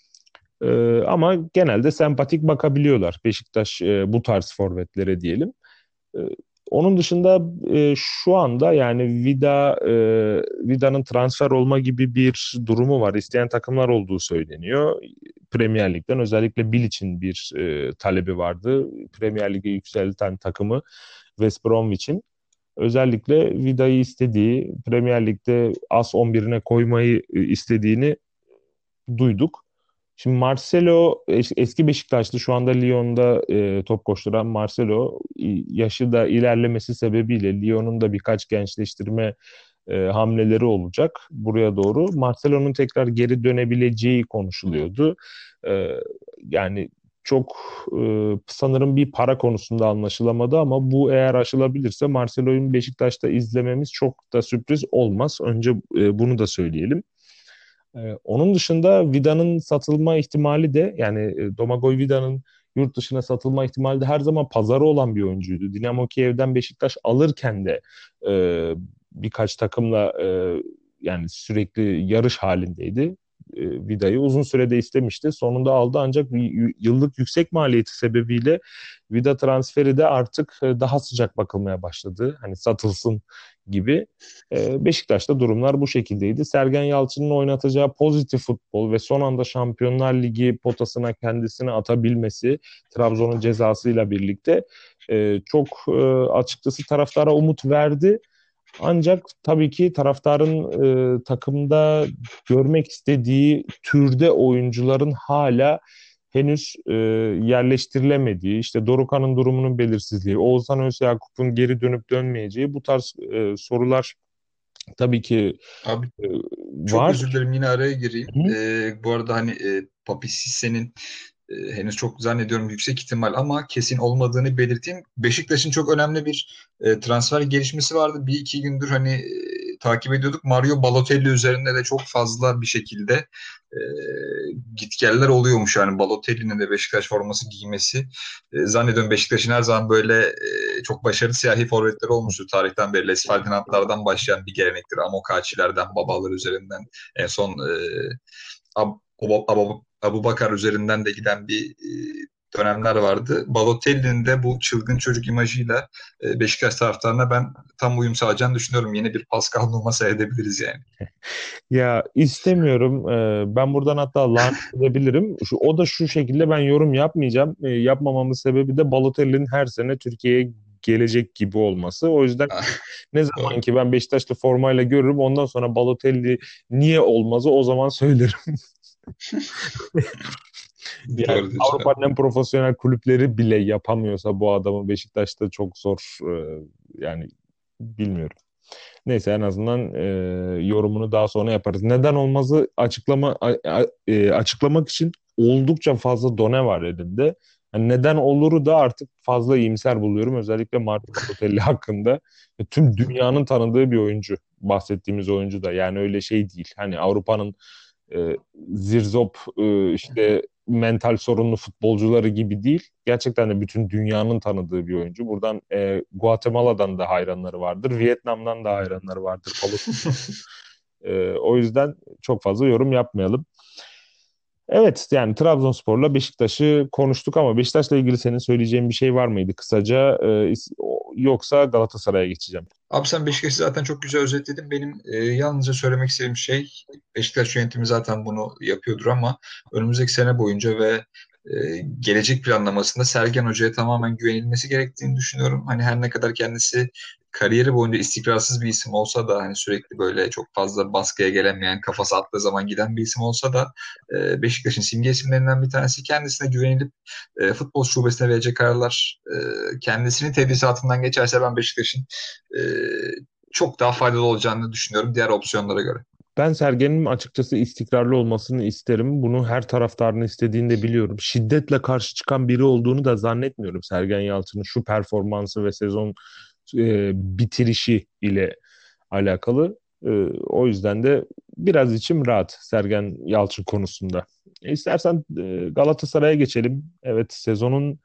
Ee, ama genelde sempatik bakabiliyorlar Beşiktaş e, bu tarz forvetlere diyelim. Ee, Onun dışında e, şu anda yani Vida e, Vida'nın transfer olma gibi bir durumu var. İsteyen takımlar olduğu söyleniyor. Premier Lig'den özellikle Bilic'in bir e, talebi vardı. Premier Lig'e yükselten takımı West Bromwich'in özellikle Vida'yı istediği, Premier Lig'de as on birine koymayı e, istediğini duyduk. Şimdi Marcelo es- eski Beşiktaşlı şu anda Lyon'da e, top koşturan Marcelo i- yaşı da ilerlemesi sebebiyle Lyon'un da birkaç gençleştirme e, hamleleri olacak buraya doğru. Marcelo'nun tekrar geri dönebileceği konuşuluyordu. E, Yani çok e, sanırım bir para konusunda anlaşılamadı ama bu eğer aşılabilirse Marcelo'yu Beşiktaş'ta izlememiz çok da sürpriz olmaz. Önce e, bunu da söyleyelim. Ee, onun dışında Vida'nın satılma ihtimali de yani e, Domagoj Vida'nın yurt dışına satılma ihtimali de her zaman pazarı olan bir oyuncuydu. Dinamo Kiev'den Beşiktaş alırken de e, birkaç takımla e, yani sürekli yarış halindeydi. E, Vida'yı uzun sürede istemişti. Sonunda aldı ancak y- yıllık yüksek maliyeti sebebiyle Vida transferi de artık e, daha sıcak bakılmaya başladı. Hani satılsın gibi. E, Beşiktaş'ta durumlar bu şekildeydi. Sergen Yalçın'ın oynatacağı pozitif futbol ve son anda Şampiyonlar Ligi potasına kendisini atabilmesi Trabzon'un cezasıyla birlikte e, çok e, açıkçası taraftara umut verdi. Ancak tabii ki taraftarın e, takımda görmek istediği türde oyuncuların hala henüz e, yerleştirilemediği, işte Dorukhan'ın durumunun belirsizliği, Oğuzhan Özyakup'un geri dönüp dönmeyeceği bu tarz e, sorular Tabii ki Abi e, çok var. özür dilerim, yine araya gireyim. Hı? Ee, bu arada hani e, Papi Cisse'nin e, henüz çok zannediyorum yüksek ihtimal ama kesin olmadığını belirteyim. Beşiktaş'ın çok önemli bir e, transfer gelişmesi vardı. Bir iki gündür hani e, takip ediyorduk. Mario Balotelli üzerinde de çok fazla bir şekilde e, gitgeller oluyormuş. Yani Balotelli'nin de Beşiktaş forması giymesi. E, zannediyorum Beşiktaş'ın her zaman böyle e, çok başarılı siyahi forvetleri olmuştur. Tarihten beri Les Ferdinand'lardan başlayan bir gelenektir. Amokachi'lerden, babalar üzerinden en son e, Ab Abu, Abu, Abu Bakar üzerinden de giden bir e, dönemler vardı. Balotelli'nin de bu çılgın çocuk imajıyla e, Beşiktaş taraftarına ben tam uyum sağlayacağını düşünüyorum. Yeni bir Pascal Nouma seyredebiliriz yani. Ya istemiyorum. Ee, ben buradan hatta lanet edebilirim. Şu, o da şu şekilde, ben yorum yapmayacağım. Ee, yapmamamın sebebi de Balotelli'nin her sene Türkiye'ye gelecek gibi olması. O yüzden ne zaman Doğru. ki ben Beşiktaşlı formayla görürüm, ondan sonra Balotelli niye olmazı o zaman söylerim. Yani Doğru diyorsun abi. Avrupa'nın en profesyonel kulüpleri bile yapamıyorsa bu adamı Beşiktaş'ta çok zor. Ee, yani bilmiyorum. Neyse, en azından e, yorumunu daha sonra yaparız. Neden olmazı açıklama a- a- e, açıklamak için oldukça fazla done var elinde. Yani neden oluru da artık fazla iyimser buluyorum. Özellikle Marco Balotelli hakkında. E, tüm dünyanın tanıdığı bir oyuncu. Bahsettiğimiz oyuncu da. Yani öyle şey değil. Hani Avrupa'nın e, zirzop, e, işte mental sorunlu futbolcuları gibi değil. Gerçekten de bütün dünyanın tanıdığı bir oyuncu. Buradan e, Guatemala'dan da hayranları vardır. Vietnam'dan da hayranları vardır. Balık. E, o yüzden çok fazla yorum yapmayalım. Evet, yani Trabzonspor'la Beşiktaş'ı konuştuk ama Beşiktaş'la ilgili senin söyleyeceğin bir şey var mıydı kısaca? E, is- o- yoksa Galatasaray'a geçeceğim. Abi sen Beşiktaş'ı zaten çok güzel özetledin. Benim e, yalnızca söylemek istediğim şey, Beşiktaş yönetimi zaten bunu yapıyordur ama önümüzdeki sene boyunca ve e, gelecek planlamasında Sergen Hoca'ya tamamen güvenilmesi gerektiğini düşünüyorum. Hani her ne kadar kendisi kariyeri boyunca istikrarsız bir isim olsa da, hani sürekli böyle çok fazla baskıya gelemeyen, kafası attığı zaman giden bir isim olsa da e, Beşiktaş'ın simge isimlerinden bir tanesi. Kendisine güvenilip e, futbol şubesine verecek kararlar e, kendisinin tedrisatından geçerse ben Beşiktaş'ın e, çok daha faydalı olacağını düşünüyorum diğer opsiyonlara göre. Ben Sergen'in açıkçası istikrarlı olmasını isterim. Bunu her taraftarın istediğini de biliyorum. Şiddetle karşı çıkan biri olduğunu da zannetmiyorum Sergen Yalçın'ın şu performansı ve sezon e, bitirişi ile alakalı. E, o yüzden de biraz içim rahat Sergen Yalçın konusunda. E, istersen e, Galatasaray'a geçelim. Evet, sezonun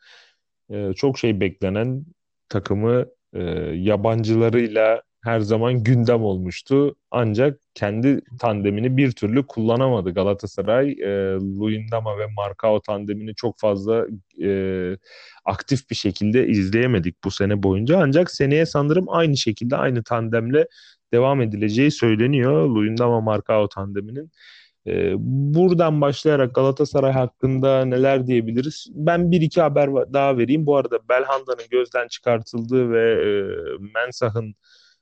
e, çok şey beklenen takımı, e, yabancılarıyla her zaman gündem olmuştu. Ancak kendi tandemini bir türlü kullanamadı Galatasaray. E, Luyendama ve Marcao tandemini çok fazla e, aktif bir şekilde izleyemedik bu sene boyunca. Ancak seneye sanırım aynı şekilde aynı tandemle devam edileceği söyleniyor. Luyendama Marcao tandeminin. Ee, buradan başlayarak Galatasaray hakkında neler diyebiliriz? Ben bir iki haber va- daha vereyim. Bu arada Belhanda'nın gözden çıkartıldığı ve e, Mensah'ın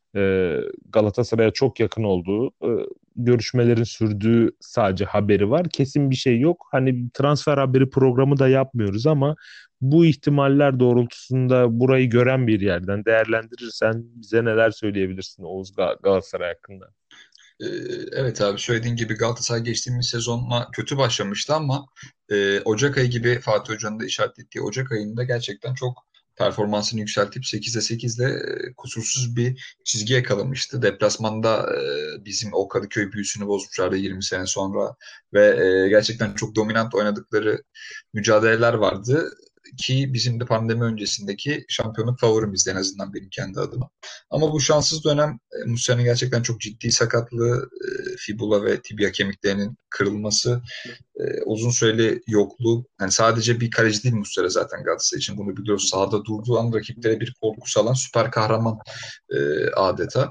e, Galatasaray'a çok yakın olduğu, e, görüşmelerin sürdüğü sadece haberi var. Kesin bir şey yok. Hani transfer haberi programı da yapmıyoruz ama bu ihtimaller doğrultusunda burayı gören bir yerden değerlendirirsen bize neler söyleyebilirsin Oğuz Ga- Galatasaray hakkında? Ee, Evet abi, söylediğin gibi Galatasaray geçtiğimiz sezonla kötü başlamıştı ama e, Ocak ayı gibi, Fatih Hoca'nın da işaret ettiği Ocak ayında gerçekten çok performansını yükseltip sekizde sekizle e, kusursuz bir çizgi yakalamıştı. Deplasmanda e, bizim o Kadıköy büyüsünü bozmuşlardı yirmi sene sonra ve e, gerçekten çok dominant oynadıkları mücadeleler vardı ki bizim de pandemi öncesindeki şampiyonluk favorimizdi, en azından benim kendi adıma. Ama bu şanssız dönem, e, Muslera'nın gerçekten çok ciddi sakatlığı, e, fibula ve tibia kemiklerinin kırılması, e, uzun süreli yokluğu. Yani sadece bir kaleci değil Muslera zaten Galatasaray için, bunu biliyoruz. Sahada durduğu an rakiplere bir korku salan süper kahraman e, adeta.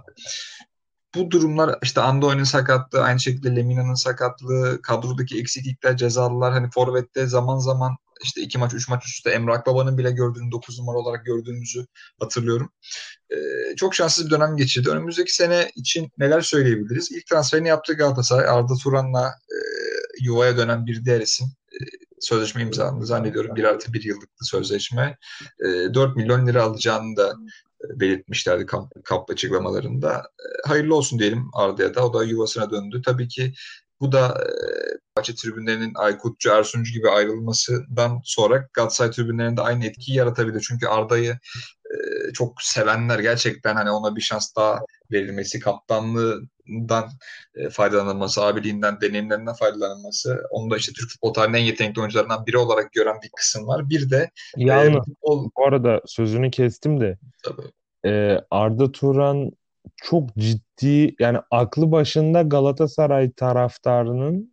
Bu durumlar işte, Andoi'nin sakatlığı, aynı şekilde Lemina'nın sakatlığı, kadrodaki eksiklikler, cezalılar, hani forvette zaman zaman işte iki maç, üç maç üst üste Emre Akbaba'nın bile gördüğünü, dokuz numara olarak gördüğümüzü hatırlıyorum. Ee, çok şanssız bir dönem geçirdi. Önümüzdeki sene için neler söyleyebiliriz? İlk transferini yaptığı Galatasaray, Arda Turan'la e, yuvaya dönen bir diğer isim. E, sözleşme imzalandı zannediyorum. Bir artı bir yıllık sözleşme. E, dört milyon lira alacağını da e, belirtmişlerdi kamp, kamp açıklamalarında. E, hayırlı olsun diyelim Arda'ya da. O da yuvasına döndü. Tabii ki bu da e, Fenerbahçe tribünlerinin Aykutçu, Ersuncu gibi ayrılmasından sonra Galatasaray tribünlerinde aynı etkiyi yaratabilir. Çünkü Arda'yı e, çok sevenler gerçekten hani ona bir şans daha verilmesi, kaptanlığından e, faydalanılması, abiliğinden, deneyimlerinden faydalanılması, onu da işte Türk futbol tarihinin en yetenekli oyuncularından biri olarak gören bir kısım var. Bir de e, Yalnız futbol bu arada sözünü kestim de tabii, e, Arda Turan çok ciddi, yani aklı başında Galatasaray taraftarının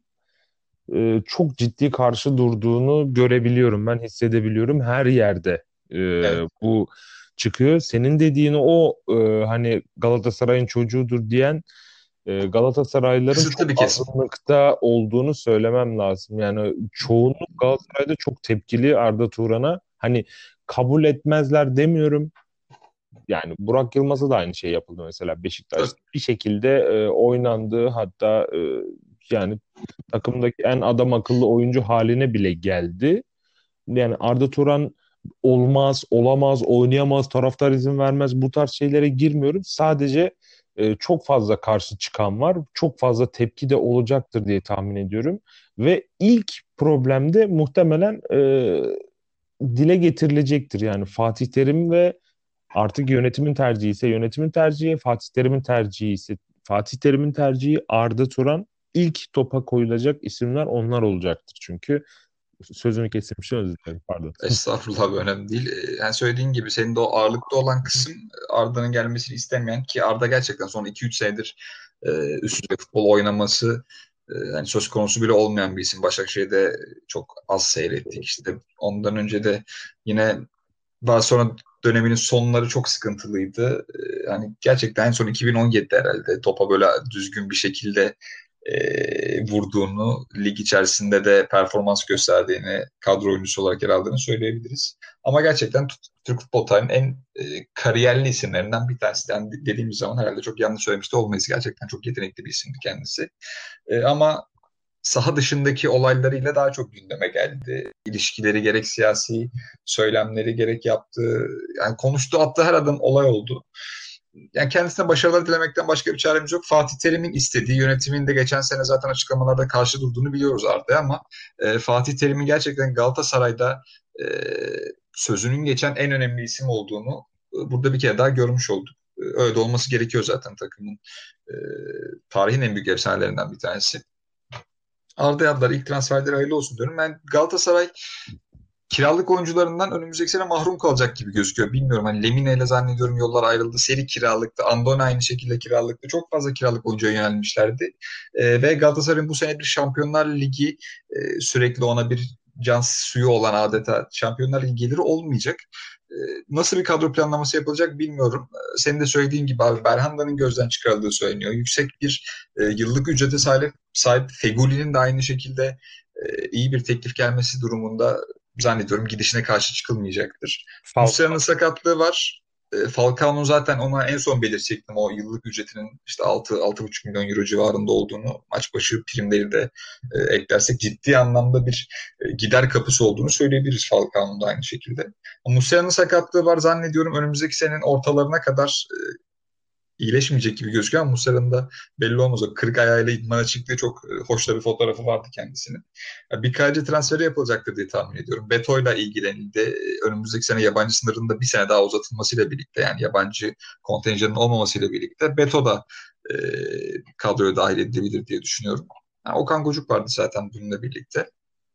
e, çok ciddi karşı durduğunu görebiliyorum. Ben hissedebiliyorum her yerde. E, evet, bu çıkıyor. Senin dediğini o e, hani Galatasaray'ın çocuğudur diyen e, Galatasaraylıların kısıtlı çok bir kesim. azınlıkta olduğunu söylemem lazım. Yani çoğunluk Galatasaray'da çok tepkili Arda Turan'a. Hani kabul etmezler demiyorum. Yani Burak Yılmaz'a da aynı şey yapıldı mesela Beşiktaş'ta. Tabii, Bir şekilde e, oynandı, hatta e, yani takımdaki en adam akıllı oyuncu haline bile geldi. Yani Arda Turan olmaz, olamaz, oynayamaz, taraftar izin vermez, bu tarz şeylere girmiyorum. Sadece e, çok fazla karşı çıkan var. Çok fazla tepki de olacaktır diye tahmin ediyorum. Ve ilk problemde muhtemelen e, dile getirilecektir. Yani Fatih Terim ve artık yönetimin tercihi ise yönetimin tercihi, Fatih Terim'in tercihi ise Fatih Terim'in tercihi, Arda Turan, ilk topa koyulacak isimler onlar olacaktır. Çünkü sözünü kesilmiş, özür dilerim, pardon. estağfurullah abi, önemli değil. Ee, Yani söylediğin gibi senin de o ağırlıkta olan kısım e, Arda'nın gelmesini istemeyen, ki Arda gerçekten son iki üç senedir e, üst düzey futbol oynaması e, yani söz konusu bile olmayan bir isim. Başakşehir'de çok az seyrettik. İşte ondan önce de yine Barcelona döneminin sonları çok sıkıntılıydı. Ee, Yani gerçekten en son iki bin on yedide herhalde topa böyle düzgün bir şekilde e, vurduğunu, lig içerisinde de performans gösterdiğini, kadro oyuncusu olarak yer aldığını söyleyebiliriz. Ama gerçekten t- Türk futbol tarihinin en e, kariyerli isimlerinden bir tanesi. Yani dediğimiz zaman herhalde çok yanlış söylemiş de olmayız. Gerçekten çok yetenekli bir isimdi kendisi. E, ama saha dışındaki olaylarıyla daha çok gündeme geldi. İlişkileri gerek siyasi söylemleri gerek yaptığı, yani konuştuğu attığı her adım olay oldu. Yani kendisine başarılar dilemekten başka bir çaremiz yok. Fatih Terim'in istediği, yönetimin de geçen sene zaten açıklamalarda karşı durduğunu biliyoruz Arda'ya, ama e, Fatih Terim'in gerçekten Galatasaray'da e, sözünün geçen en önemli isim olduğunu e, burada bir kere daha görmüş olduk. E, öyle de olması gerekiyor zaten takımın. E, Tarihin en büyük efsanelerinden bir tanesi. Arda Yadlar ilk transferleri hayırlı olsun diyorum. Ben Galatasaray kiralık oyuncularından önümüzdeki sene mahrum kalacak gibi gözüküyor. Bilmiyorum, hani Lemina ile zannediyorum yollar ayrıldı. Seri kiralıktı. Andone aynı şekilde kiralıktı. Çok fazla kiralık oyuncuya yönelmişlerdi. Ee, ve Galatasaray'ın bu sene bir Şampiyonlar Ligi e, sürekli ona bir can suyu olan adeta Şampiyonlar Ligi geliri olmayacak. Ee, Nasıl bir kadro planlaması yapılacak bilmiyorum. Ee, Senin de söylediğin gibi abi Berhanda'nın gözden çıkarıldığı söyleniyor. Yüksek bir e, yıllık ücrete sahip, sahip Feghoulli'nin de aynı şekilde e, iyi bir teklif gelmesi durumunda zannediyorum gidişine karşı çıkılmayacaktır. Muslera'nın Falcao. sakatlığı var. E, Falcao'nun zaten ona en son belirtecektim o yıllık ücretinin işte altı altı buçuk milyon euro civarında olduğunu, maç başı primleri de e, eklersek ciddi anlamda bir e, gider kapısı olduğunu söyleyebiliriz Falcao'nun da aynı şekilde. Muslera'nın sakatlığı var, zannediyorum önümüzdeki senenin ortalarına kadar iyileşmeyecek gibi gözüküyor, ama Muslera'nın da belli olmaz. O kırık ayağıyla idmana çıktığı çok e, hoş da bir fotoğrafı vardı kendisinin. Ya, bir kaleci transferi yapılacaktır diye tahmin ediyorum. Beto'yla ilgilenildi. E, Önümüzdeki sene yabancı sınırının da bir sene daha uzatılmasıyla birlikte, yani yabancı kontenjanın olmamasıyla birlikte Beto da e, kadroya dahil edilebilir diye düşünüyorum. Ha, Okan Gocuk vardı zaten bununla birlikte.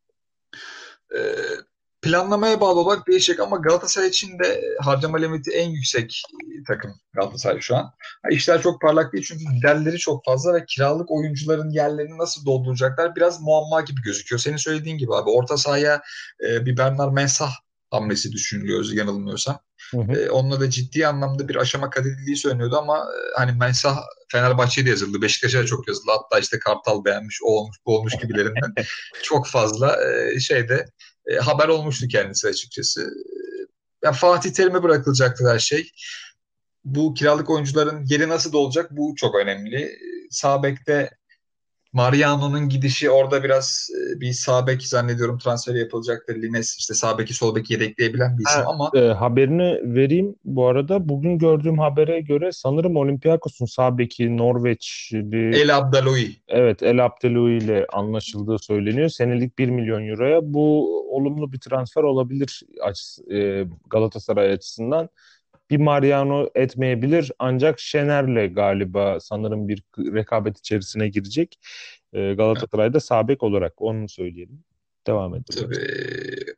E, Planlamaya bağlı olarak değişecek, ama Galatasaray için de harcama limiti en yüksek e, takım Galatasaray şu an. Ha, İşler çok parlak değil çünkü giderleri çok fazla ve kiralık oyuncuların yerlerini nasıl dolduracaklar biraz muamma gibi gözüküyor. Senin söylediğin gibi abi orta sahaya e, bir Bernard Mensah hamlesi düşünülüyor yanılmıyorsam. Hı hı. E, onunla da ciddi anlamda bir aşama kat edildiği söyleniyordu, ama e, hani Mensah Fenerbahçe'ye de yazıldı. Beşiktaş'a da çok yazıldı. Hatta işte Kartal beğenmiş, o olmuş, bu olmuş gibilerinden çok fazla e, şeyde e, haber olmuştu kendisi açıkçası. E, Ya Fatih Terim'e bırakılacaktı her şey. Bu kiralık oyuncuların yeri nasıl dolacak? Bu çok önemli. E, Sağ bekte Mariano'nun gidişi orada biraz e, bir sağ bek zannediyorum transferi yapılacaktır. Lines işte sağ beki sol beki yedekleyebilen bir isim Ha, ama e, haberini vereyim bu arada. Bugün gördüğüm habere göre sanırım Olympiakos'un sağ beki Norveçli, El Abdaloui. evet, El Abdeloui ile anlaşıldığı söyleniyor. Senelik bir milyon euroya. Bu olumlu bir transfer olabilir açısı, e, Galatasaray açısından. Bir Mariano etmeyebilir ancak Şener'le galiba sanırım bir rekabet içerisine girecek. E, Galatasaray'da sağ bek olarak onu söyleyelim. Devam edebiliriz. Tabii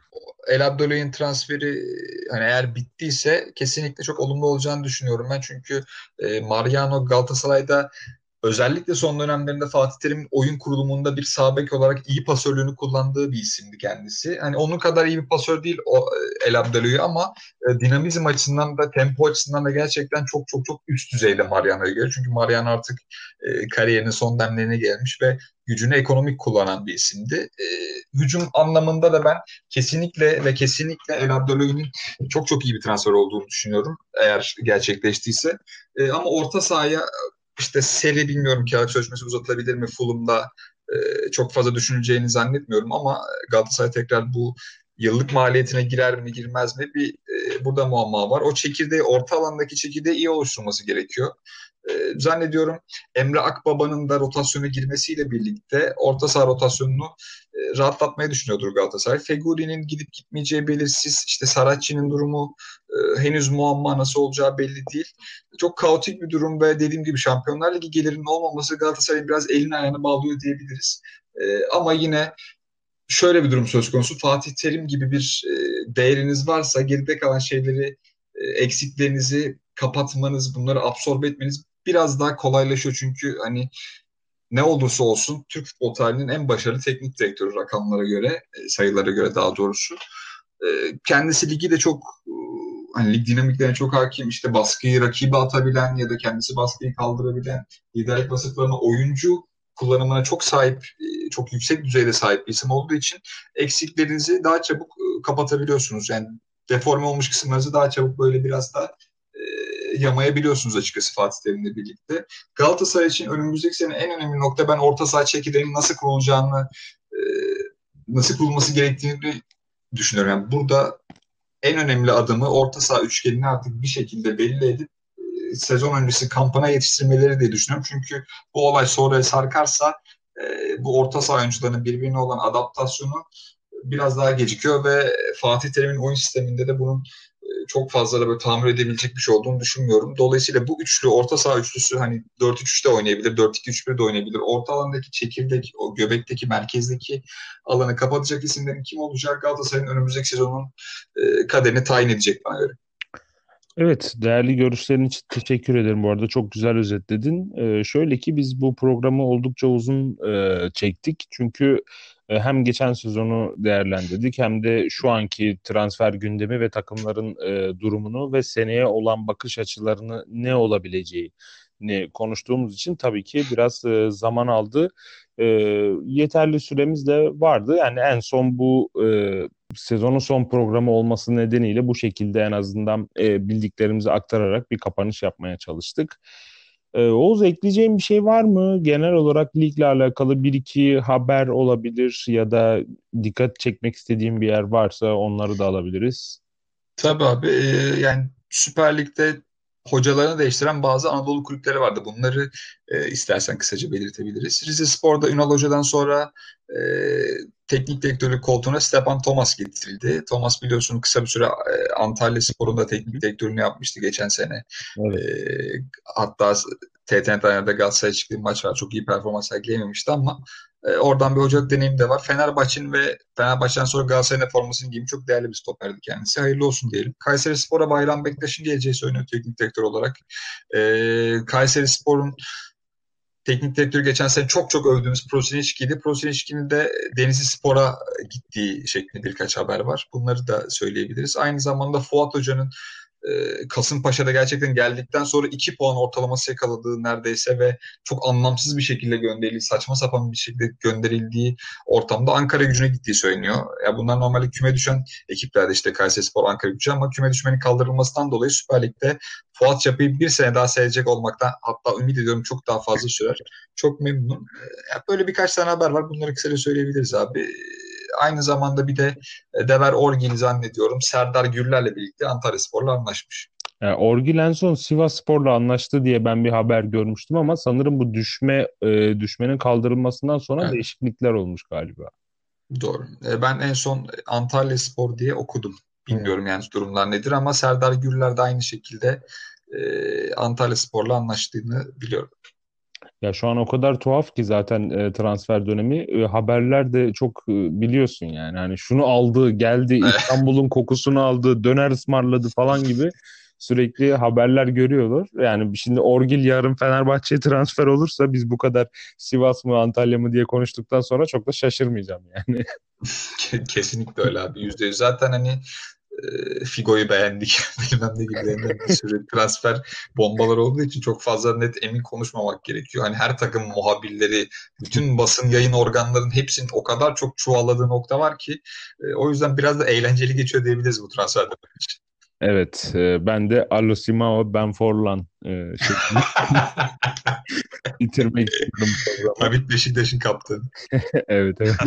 El Abdüley'in transferi hani eğer bittiyse kesinlikle çok olumlu olacağını düşünüyorum ben. Çünkü e, Mariano Galatasaray'da özellikle son dönemlerinde Fatih Terim'in oyun kurulumunda bir sağ bek olarak iyi pasörlüğünü kullandığı bir isimdi kendisi. Hani onun kadar iyi bir pasör değil o e, El Abdüley ama e, dinamizm açısından da tempo açısından da gerçekten çok çok çok üst düzeyde Mariano'ya göre. Çünkü Mariano artık e, kariyerinin son demlerine gelmiş ve gücünü ekonomik kullanan bir isimdi. E, hücum anlamında da ben kesinlikle ve kesinlikle El Abdüley'in çok çok iyi bir transfer olduğunu düşünüyorum eğer gerçekleştiyse. E, ama orta sahaya işte seri bilmiyorum kiralık sözleşmesi uzatılabilir mi Fulham'da e, çok fazla düşünüleceğini zannetmiyorum ama Galatasaray tekrar bu yıllık maliyetine girer mi girmez mi bir e, burada muamma var. O çekirdeği orta alandaki çekirdeği iyi oluşturması gerekiyor. E, zannediyorum Emre Akbaba'nın da rotasyona girmesiyle birlikte orta saha rotasyonunu e, rahatlatmayı düşünüyordur Galatasaray. Feghouni'nin gidip gitmeyeceği belirsiz. İşte Saracchi'nin durumu e, henüz muamma nasıl olacağı belli değil. Çok kaotik bir durum ve dediğim gibi Şampiyonlar Ligi gelirinin olmaması Galatasaray'ın biraz elini ayağını bağlıyor diyebiliriz. E, ama yine şöyle bir durum söz konusu. Fatih Terim gibi bir e, değeriniz varsa geride kalan şeyleri, e, eksiklerinizi kapatmanız, bunları absorbe etmeniz biraz daha kolaylaşıyor. Çünkü hani ne olursa olsun Türk futbol tarihinin en başarılı teknik direktörü rakamlara göre, e, sayılara göre daha doğrusu. E, kendisi ligi de çok e, hani lig dinamiklerine çok hakim, işte baskıyı rakibe atabilen ya da kendisi baskıyı kaldırabilen, liderlik vasıflarına, oyuncu kullanımına çok sahip, e, çok yüksek düzeyde sahip bir isim olduğu için eksiklerinizi daha çabuk e, kapatabiliyorsunuz. Yani deforme olmuş kısımlarınızı daha çabuk böyle biraz da e, yamayabiliyorsunuz açıkçası Fatih Terim'le birlikte. Galatasaray için önümüzdeki sene en önemli nokta ben orta saha çekirdeğinin nasıl kurulacağını, e, nasıl kurulması gerektiğini düşünüyorum. Yani burada en önemli adımı orta saha üçgenini artık bir şekilde belli edip e, sezon öncesi kampına yetiştirmeleri diye düşünüyorum. Çünkü bu olay sonraya sarkarsa e, bu orta saha oyuncularının birbirine olan adaptasyonu biraz daha gecikiyor ve Fatih Terim'in oyun sisteminde de bunun e, çok fazla da böyle tamir edebilecek bir şey olduğunu düşünmüyorum. Dolayısıyla bu üçlü, orta saha üçlüsü hani dört üç üçte oynayabilir, dört iki üç bir de oynayabilir. Orta alandaki çekirdek, o göbekteki, merkezdeki alanı kapatacak isimlerin kim olacak Galatasaray'ın önümüzdeki sezonun e, kaderini tayin edecek bana göre. Evet, değerli görüşlerin için teşekkür ederim. Bu arada çok güzel özetledin. Ee, şöyle ki biz bu programı oldukça uzun e, çektik. Çünkü e, hem geçen sezonu değerlendirdik hem de şu anki transfer gündemi ve takımların e, durumunu ve seneye olan bakış açılarını ne olabileceği ne konuştuğumuz için tabii ki biraz e, zaman aldı. E, Yeterli süremiz de vardı. Yani en son bu e, sezonun son programı olması nedeniyle bu şekilde en azından e, bildiklerimizi aktararak bir kapanış yapmaya çalıştık. E, Oğuz, ekleyeceğin bir şey var mı? Genel olarak ligle alakalı bir iki haber olabilir ya da dikkat çekmek istediğim bir yer varsa onları da alabiliriz. Tabii abi e, yani Süper Lig'de hocalarını değiştiren bazı Anadolu kulüpleri vardı. Bunları e, istersen kısaca belirtebiliriz. Rizespor'da Ünal Hoca'dan sonra e, teknik direktörlük koltuğuna Stepan Thomas getirildi. Thomas biliyorsun kısa bir süre e, Antalyaspor'un da teknik direktörlüğünü yapmıştı geçen sene. E, Evet. hatta T T N Arena'da Galatasaray'a çıktığı maç var. Çok iyi performans sergileyememişti ama e, oradan bir hocalık deneyimi de var. Fenerbahçe'nin ve Fenerbahçe'den sonra Galatasaray'ın formasını giymiş çok değerli bir stoperdi kendisi. Hayırlı olsun diyelim. Kayserispor'a Bayram Bektaş'ın geleceği söyleniyor teknik direktör olarak. E, Kayserispor'un teknik direktörü geçen sene çok çok övdüğümüz Prosinecki'ydi. Prosinecki'nin de Denizli Spor'a gittiği şeklinde birkaç haber var. Bunları da söyleyebiliriz. Aynı zamanda Fuat Hoca'nın e, Kasımpaşa'da gerçekten geldikten sonra iki puan ortalaması yakaladığı neredeyse ve çok anlamsız bir şekilde gönderildiği, saçma sapan bir şekilde gönderildiği ortamda Ankara Gücü'ne gittiği söyleniyor. Ya bunlar normalde küme düşen ekiplerde, işte Kayserispor, Ankara Gücü, ama küme düşmenin kaldırılmasından dolayı Süper Lig'de Fuat Çapı'yı bir sene daha seyredecek olmaktan, hatta ümit ediyorum çok daha fazla sürer. Çok memnunum. E, ya böyle birkaç tane haber var. Bunları kısaca söyleyebiliriz abi. E, Aynı zamanda bir de e, Dever Orgil zannediyorum Serdar Gürler'le birlikte Antalyaspor'la anlaşmış. Yani Orgi Lenson Sivasspor'la anlaştı diye ben bir haber görmüştüm ama sanırım bu düşme e, düşmenin kaldırılmasından sonra Evet, değişiklikler olmuş galiba. doğru. E, ben en son Antalyaspor diye okudum. Hmm. Bilmiyorum yani durumlar nedir, ama Serdar Gürler de aynı şekilde e, Antalyaspor'la anlaştığını biliyorum. Ya şu an o kadar tuhaf ki zaten e, transfer dönemi, e, haberler de çok e, biliyorsun yani hani şunu aldı geldi İstanbul'un kokusunu aldı döner ısmarladı falan gibi sürekli haberler görüyorlar. Yani şimdi Orgil yarın Fenerbahçe'ye transfer olursa biz bu kadar Sivas mı Antalya mı diye konuştuktan sonra çok da şaşırmayacağım yani. Kesinlikle öyle abi. Yüzde yüz. Zaten hani e, Figo'yu beğendik. Bilmem ne gibilerinden bir sürü transfer bombaları olduğu için çok fazla net emin konuşmamak gerekiyor. Hani her takım muhabirleri, bütün basın yayın organlarının hepsinin o kadar çok çuvalladığı nokta var ki e, o yüzden biraz da eğlenceli geçiyor diyebiliriz bu transferde. Evet, e, ben de Allo Simao Ben Forlan e, şeklinde bitirmek istiyorum programı. Hamit Beşiktaş'ın kaptanı. Evet, evet.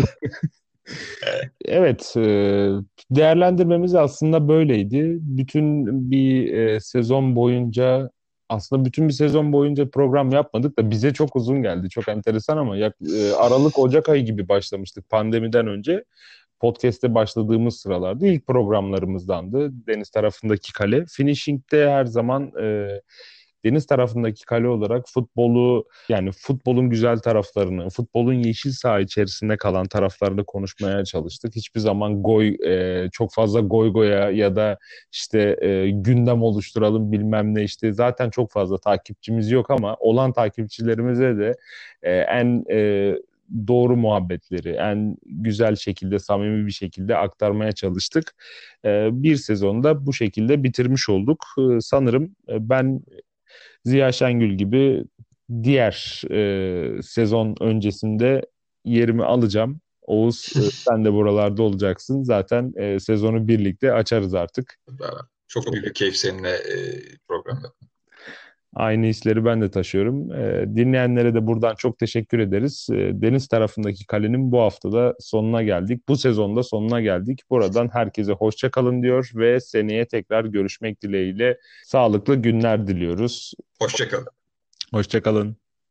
Evet, e, değerlendirmemiz aslında böyleydi. Bütün bir e, sezon boyunca, aslında bütün bir sezon boyunca program yapmadık da bize çok uzun geldi. Çok enteresan ama yak, e, Aralık Ocak ayı gibi başlamıştık pandemiden önce. Podcast'te başladığımız sıralarda ilk programlarımızdandı. Deniz tarafındaki kale. Finishing'de her zaman e, deniz tarafındaki kale olarak futbolu, yani futbolun güzel taraflarını, futbolun yeşil saha içerisinde kalan taraflarını konuşmaya çalıştık. Hiçbir zaman goy, e, çok fazla goy goya ya da işte e, gündem oluşturalım bilmem ne, işte zaten çok fazla takipçimiz yok ama olan takipçilerimize de e, en e, doğru muhabbetleri en güzel şekilde, samimi bir şekilde aktarmaya çalıştık. E, bir sezonda bu şekilde bitirmiş olduk. E, sanırım e, ben Ziya Şengül gibi diğer e, sezon öncesinde yerimi alacağım. Oğuz, e, sen de buralarda olacaksın. Zaten e, sezonu birlikte açarız artık. Çok büyük bir keyif seninle e, program yapmak. Aynı hisleri ben de taşıyorum. E, dinleyenlere de buradan çok teşekkür ederiz. E, deniz tarafındaki kalenin bu haftada sonuna geldik. Bu sezonda sonuna geldik. Buradan herkese hoşça kalın diyor ve seneye tekrar görüşmek dileğiyle sağlıklı günler diliyoruz. Hoşça kalın. Hoşça kalın.